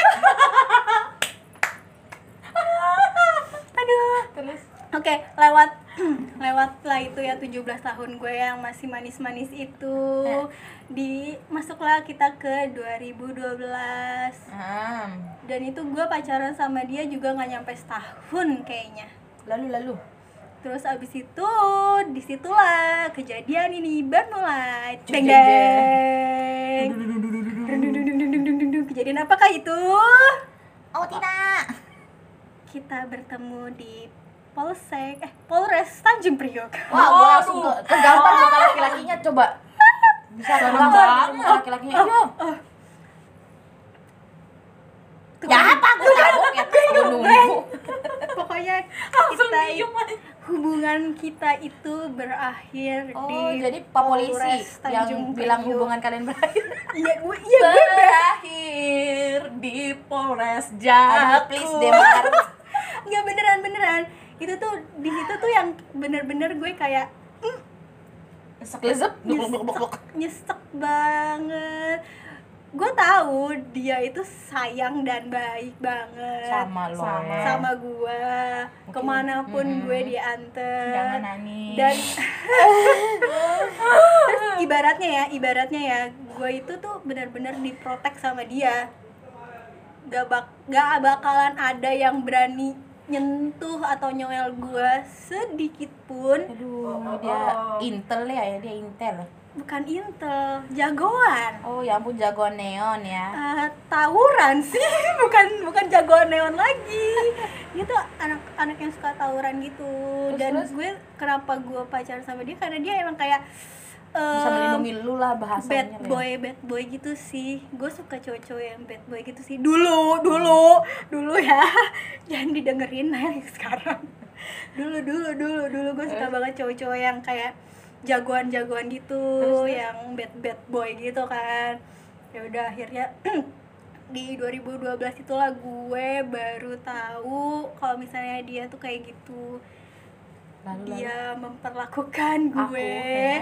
Aduh. terus Oke, lewatlah itu ya 17 tahun gue yang masih manis-manis itu. Masuklah kita ke 2012. Dan itu gue pacaran sama dia juga nggak nyampe setahun kayaknya. lalu Terus abis itu disitulah kejadian ini bermulai. Deng Jeng, deng. Kejadian apakah itu? oh tidak. Kita bertemu di Polres Tanjung Priok. Wah, gua langsung kegampar sama laki-lakinya, coba. Bisa Serem kegampar banget. sama laki-lakinya. Iya. pokoknya hubungan kita itu berakhir Oh, di jadi Pak Polisi Polres yang Tanjung bilang Priok. hubungan kalian berakhir. Iya gue Berakhir di Polres Aduh, Jakarta. please deh, Mar. nggak beneran itu tuh di situ tuh yang bener-bener gue kayak Klezep. nyesek banget. Gue tahu dia itu sayang dan baik banget Sama lo. sama gue, kemanapun gue diantar. Jangan nangis. Dan terus ibaratnya ya gue itu tuh benar-benar diprotek sama dia. Gak bakalan ada yang berani nyentuh atau nyoel gue sedikit pun. Aduh, dia intel ya, dia intel. Bukan intel, jagoan. Oh, ya ampun, jagoan neon ya. Tawuran sih, bukan jagoan neon lagi. Dia tuh anak yang suka tawuran gitu. Dan gue kenapa gue pacaran sama dia karena dia emang kayak Bisa melindungi lu lah bahasanya. bad boy gitu sih. Gue suka cowok-cowok yang bad boy gitu sih. Dulu ya. Jangan didengerin yang sekarang. Dulu gue suka banget cowok-cowok yang kayak jagoan-jagoan gitu, terus? Yang bad boy gitu kan. Ya udah akhirnya di 2012 itulah gue baru tahu kalau misalnya dia tuh kayak gitu. Dia memperlakukan gue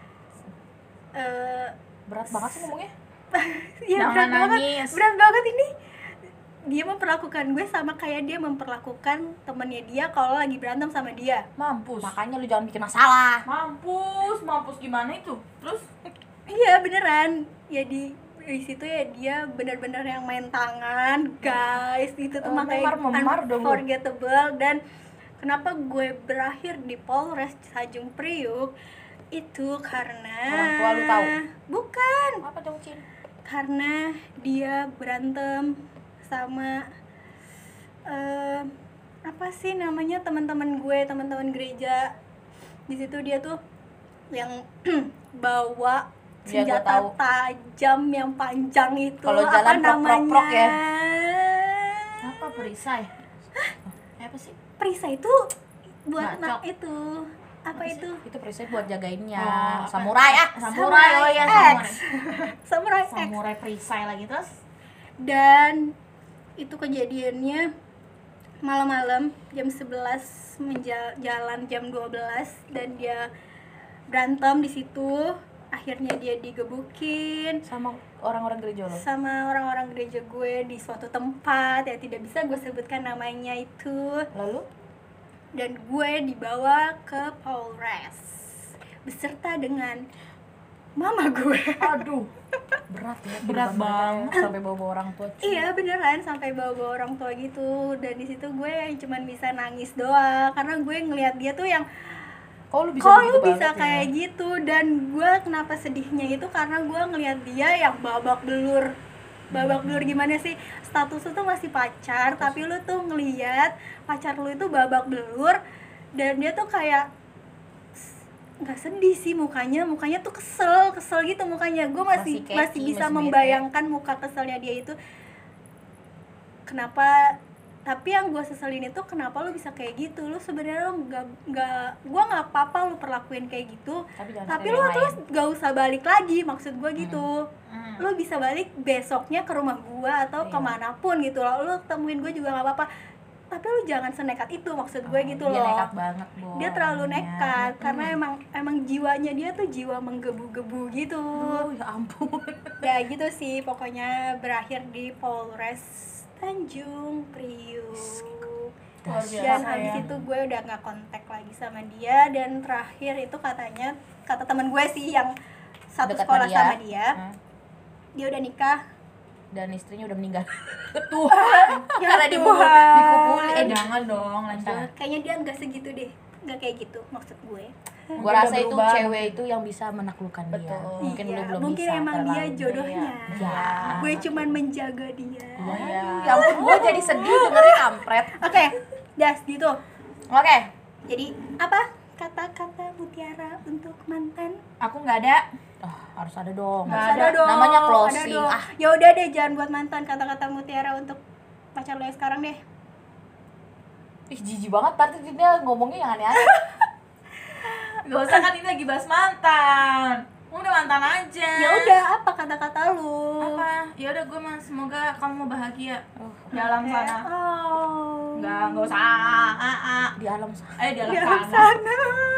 berat banget sih ngomongnya. Iya, berat banget ini. Dia memperlakukan gue sama kayak dia memperlakukan temennya dia kalau lagi berantem sama dia. Mampus. Makanya lu jangan bikin masalah. Mampus gimana itu? Terus? Iya beneran. Ya di situ ya dia bener-bener yang main tangan, guys. Itu tuh makanya unforgettable. Dan kenapa gue berakhir di Polres Tanjung Priok itu karena orang tua lu tahu? Bukan. Apa dong, Cin? Karena dia berantem sama apa sih namanya teman-teman gereja. Di situ dia tuh yang bawa senjata tajam yang panjang itu. Kalau jalan prok ya. Apa perisai? Apa sih? Perisai itu buat itu apa itu? Itu perisai buat jagainnya. Oh, samurai. Oh ya, Samurai X. Samurai perisai lagi terus. Dan itu kejadiannya malam-malam jam 11 jalan jam 12 dan dia berantem di situ. Akhirnya dia digebukin sama orang-orang gereja lo. Sama orang-orang gereja gue di suatu tempat ya tidak bisa gue sebutkan namanya itu. Lalu dan gue dibawa ke Polres beserta dengan mama gue. Aduh, berat banget sampai bawa orang tua. Iya beneran sampai bawa orang tua gitu. Dan di situ gue cuman bisa nangis doang karena gue ngelihat dia tuh yang kok lu bisa kayak gitu. Dan gue kenapa sedihnya itu karena gue ngelihat dia yang babak belur gimana sih, status lu tuh masih pacar tapi lu tuh ngelihat pacar lu itu babak belur. Dan dia tuh kayak nggak sedih sih mukanya tuh kesel gitu mukanya. Gue masih bisa membayangkan muka keselnya dia itu. Kenapa? Tapi yang gue seselin itu kenapa lu bisa kayak gitu. Lu sebenarnya gue nggak apa-apa lu perlakuin kayak gitu, tapi lu terus gak usah balik lagi, maksud gue gitu. Lu bisa balik besoknya ke rumah gue atau kemanapun gitu loh. Lu temuin gue juga nggak apa-apa, tapi lu jangan senekat itu, maksud gue gitu loh. Dia nekat banget, dia terlalu nekat karena emang jiwanya dia tuh jiwa menggebu-gebu gitu. Ya ampun. Ya gitu sih pokoknya, berakhir di Polres Tanjung Priok. Dan habis itu gue udah nggak kontak lagi sama dia. Dan terakhir itu kata teman gue sih yang satu dekat sekolah sama dia, dia udah nikah dan istrinya udah meninggal. Tuhan, ya karena dikubulin. Jangan dong, lanjut. Kayaknya dia nggak segitu deh, nggak kayak gitu maksud gue. Gue rasa itu cewek itu yang bisa menaklukkan dia. Mungkin iya, lu belum mungkin bisa. Emang dia jodohnya. Ya. Gue cuman menjaga dia. Ya ampun, gue jadi sedih dengerin kampret. Oke, das gitu. Oke. Jadi apa kata-kata mutiara untuk mantan? Aku nggak ada. Harus ada dong. Harus ada dong. Namanya closing. Ya udah deh, jangan buat mantan, kata-kata mutiara untuk pacar lo yang sekarang deh. Ih jijik banget, tadi dia ngomongnya yang aneh-aneh. Gak usah, kan ini lagi bahas mantan. Udah mantan aja. Ya udah, apa kata-kata lu? Apa? Ya udah, gue mah semoga kamu bahagia di alam sana. Oh. Enggak usah. Di alam sana. Di alam Di alam sana. sana.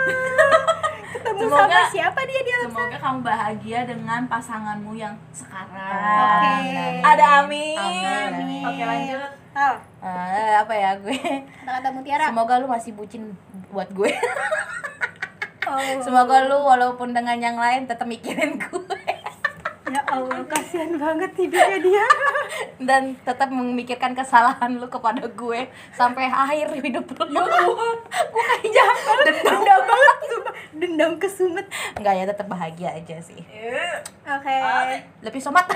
Ketemu Semoga- sama siapa dia di alam sana? Semoga kamu bahagia dengan pasanganmu yang sekarang. Oke. Ada amin. Amin. Oke, lanjut. Al, Apa ya gue? kata-kata mutiara. Semoga lu masih bucin buat gue. Oh. Semoga lu walaupun dengan yang lain tetap mikirin gue Ya Allah, kasihan banget hidupnya dia. dan tetap memikirkan kesalahan lu kepada gue sampai akhir hidup lu. Gue kayak jangan Dendam banget, sumpah. Dendam kesumet. enggak ya, tetap bahagia aja sih. Oke. Lebih somat.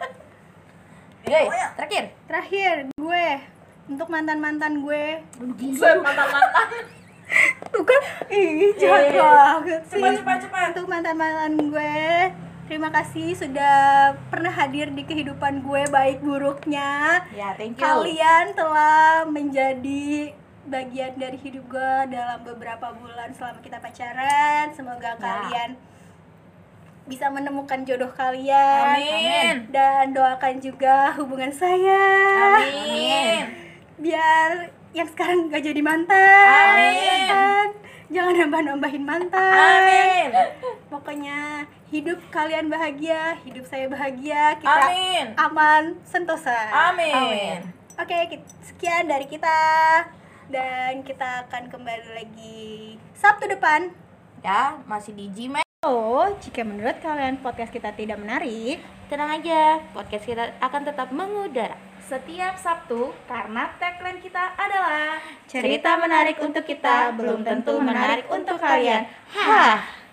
Yoi, terakhir. Terakhir gue untuk mantan-mantan gue. Mantan-mantan. Tuh kan, ih jahat banget sih. Cepat. Untuk mantan-mantan gue, terima kasih sudah pernah hadir di kehidupan gue baik buruknya. Ya, thank you. Kalian telah menjadi bagian dari hidup gue dalam beberapa bulan selama kita pacaran. Semoga kalian bisa menemukan jodoh kalian. Amin. Dan doakan juga hubungan saya. Amin. Biar yang sekarang gak jadi mantan. Amin. Dan jangan nambah-nambahin mantan. Amin. Pokoknya hidup kalian bahagia, hidup saya bahagia, kita Amin. aman, sentosa. Amin. Oke, sekian dari kita. Dan kita akan kembali lagi Sabtu depan. Ya, masih di Gmail. Oh, jika menurut kalian podcast kita tidak menarik, Tenang aja, podcast kita akan tetap mengudara. Setiap Sabtu, karena tagline kita adalah cerita menarik untuk kita belum tentu menarik untuk kalian. Hah.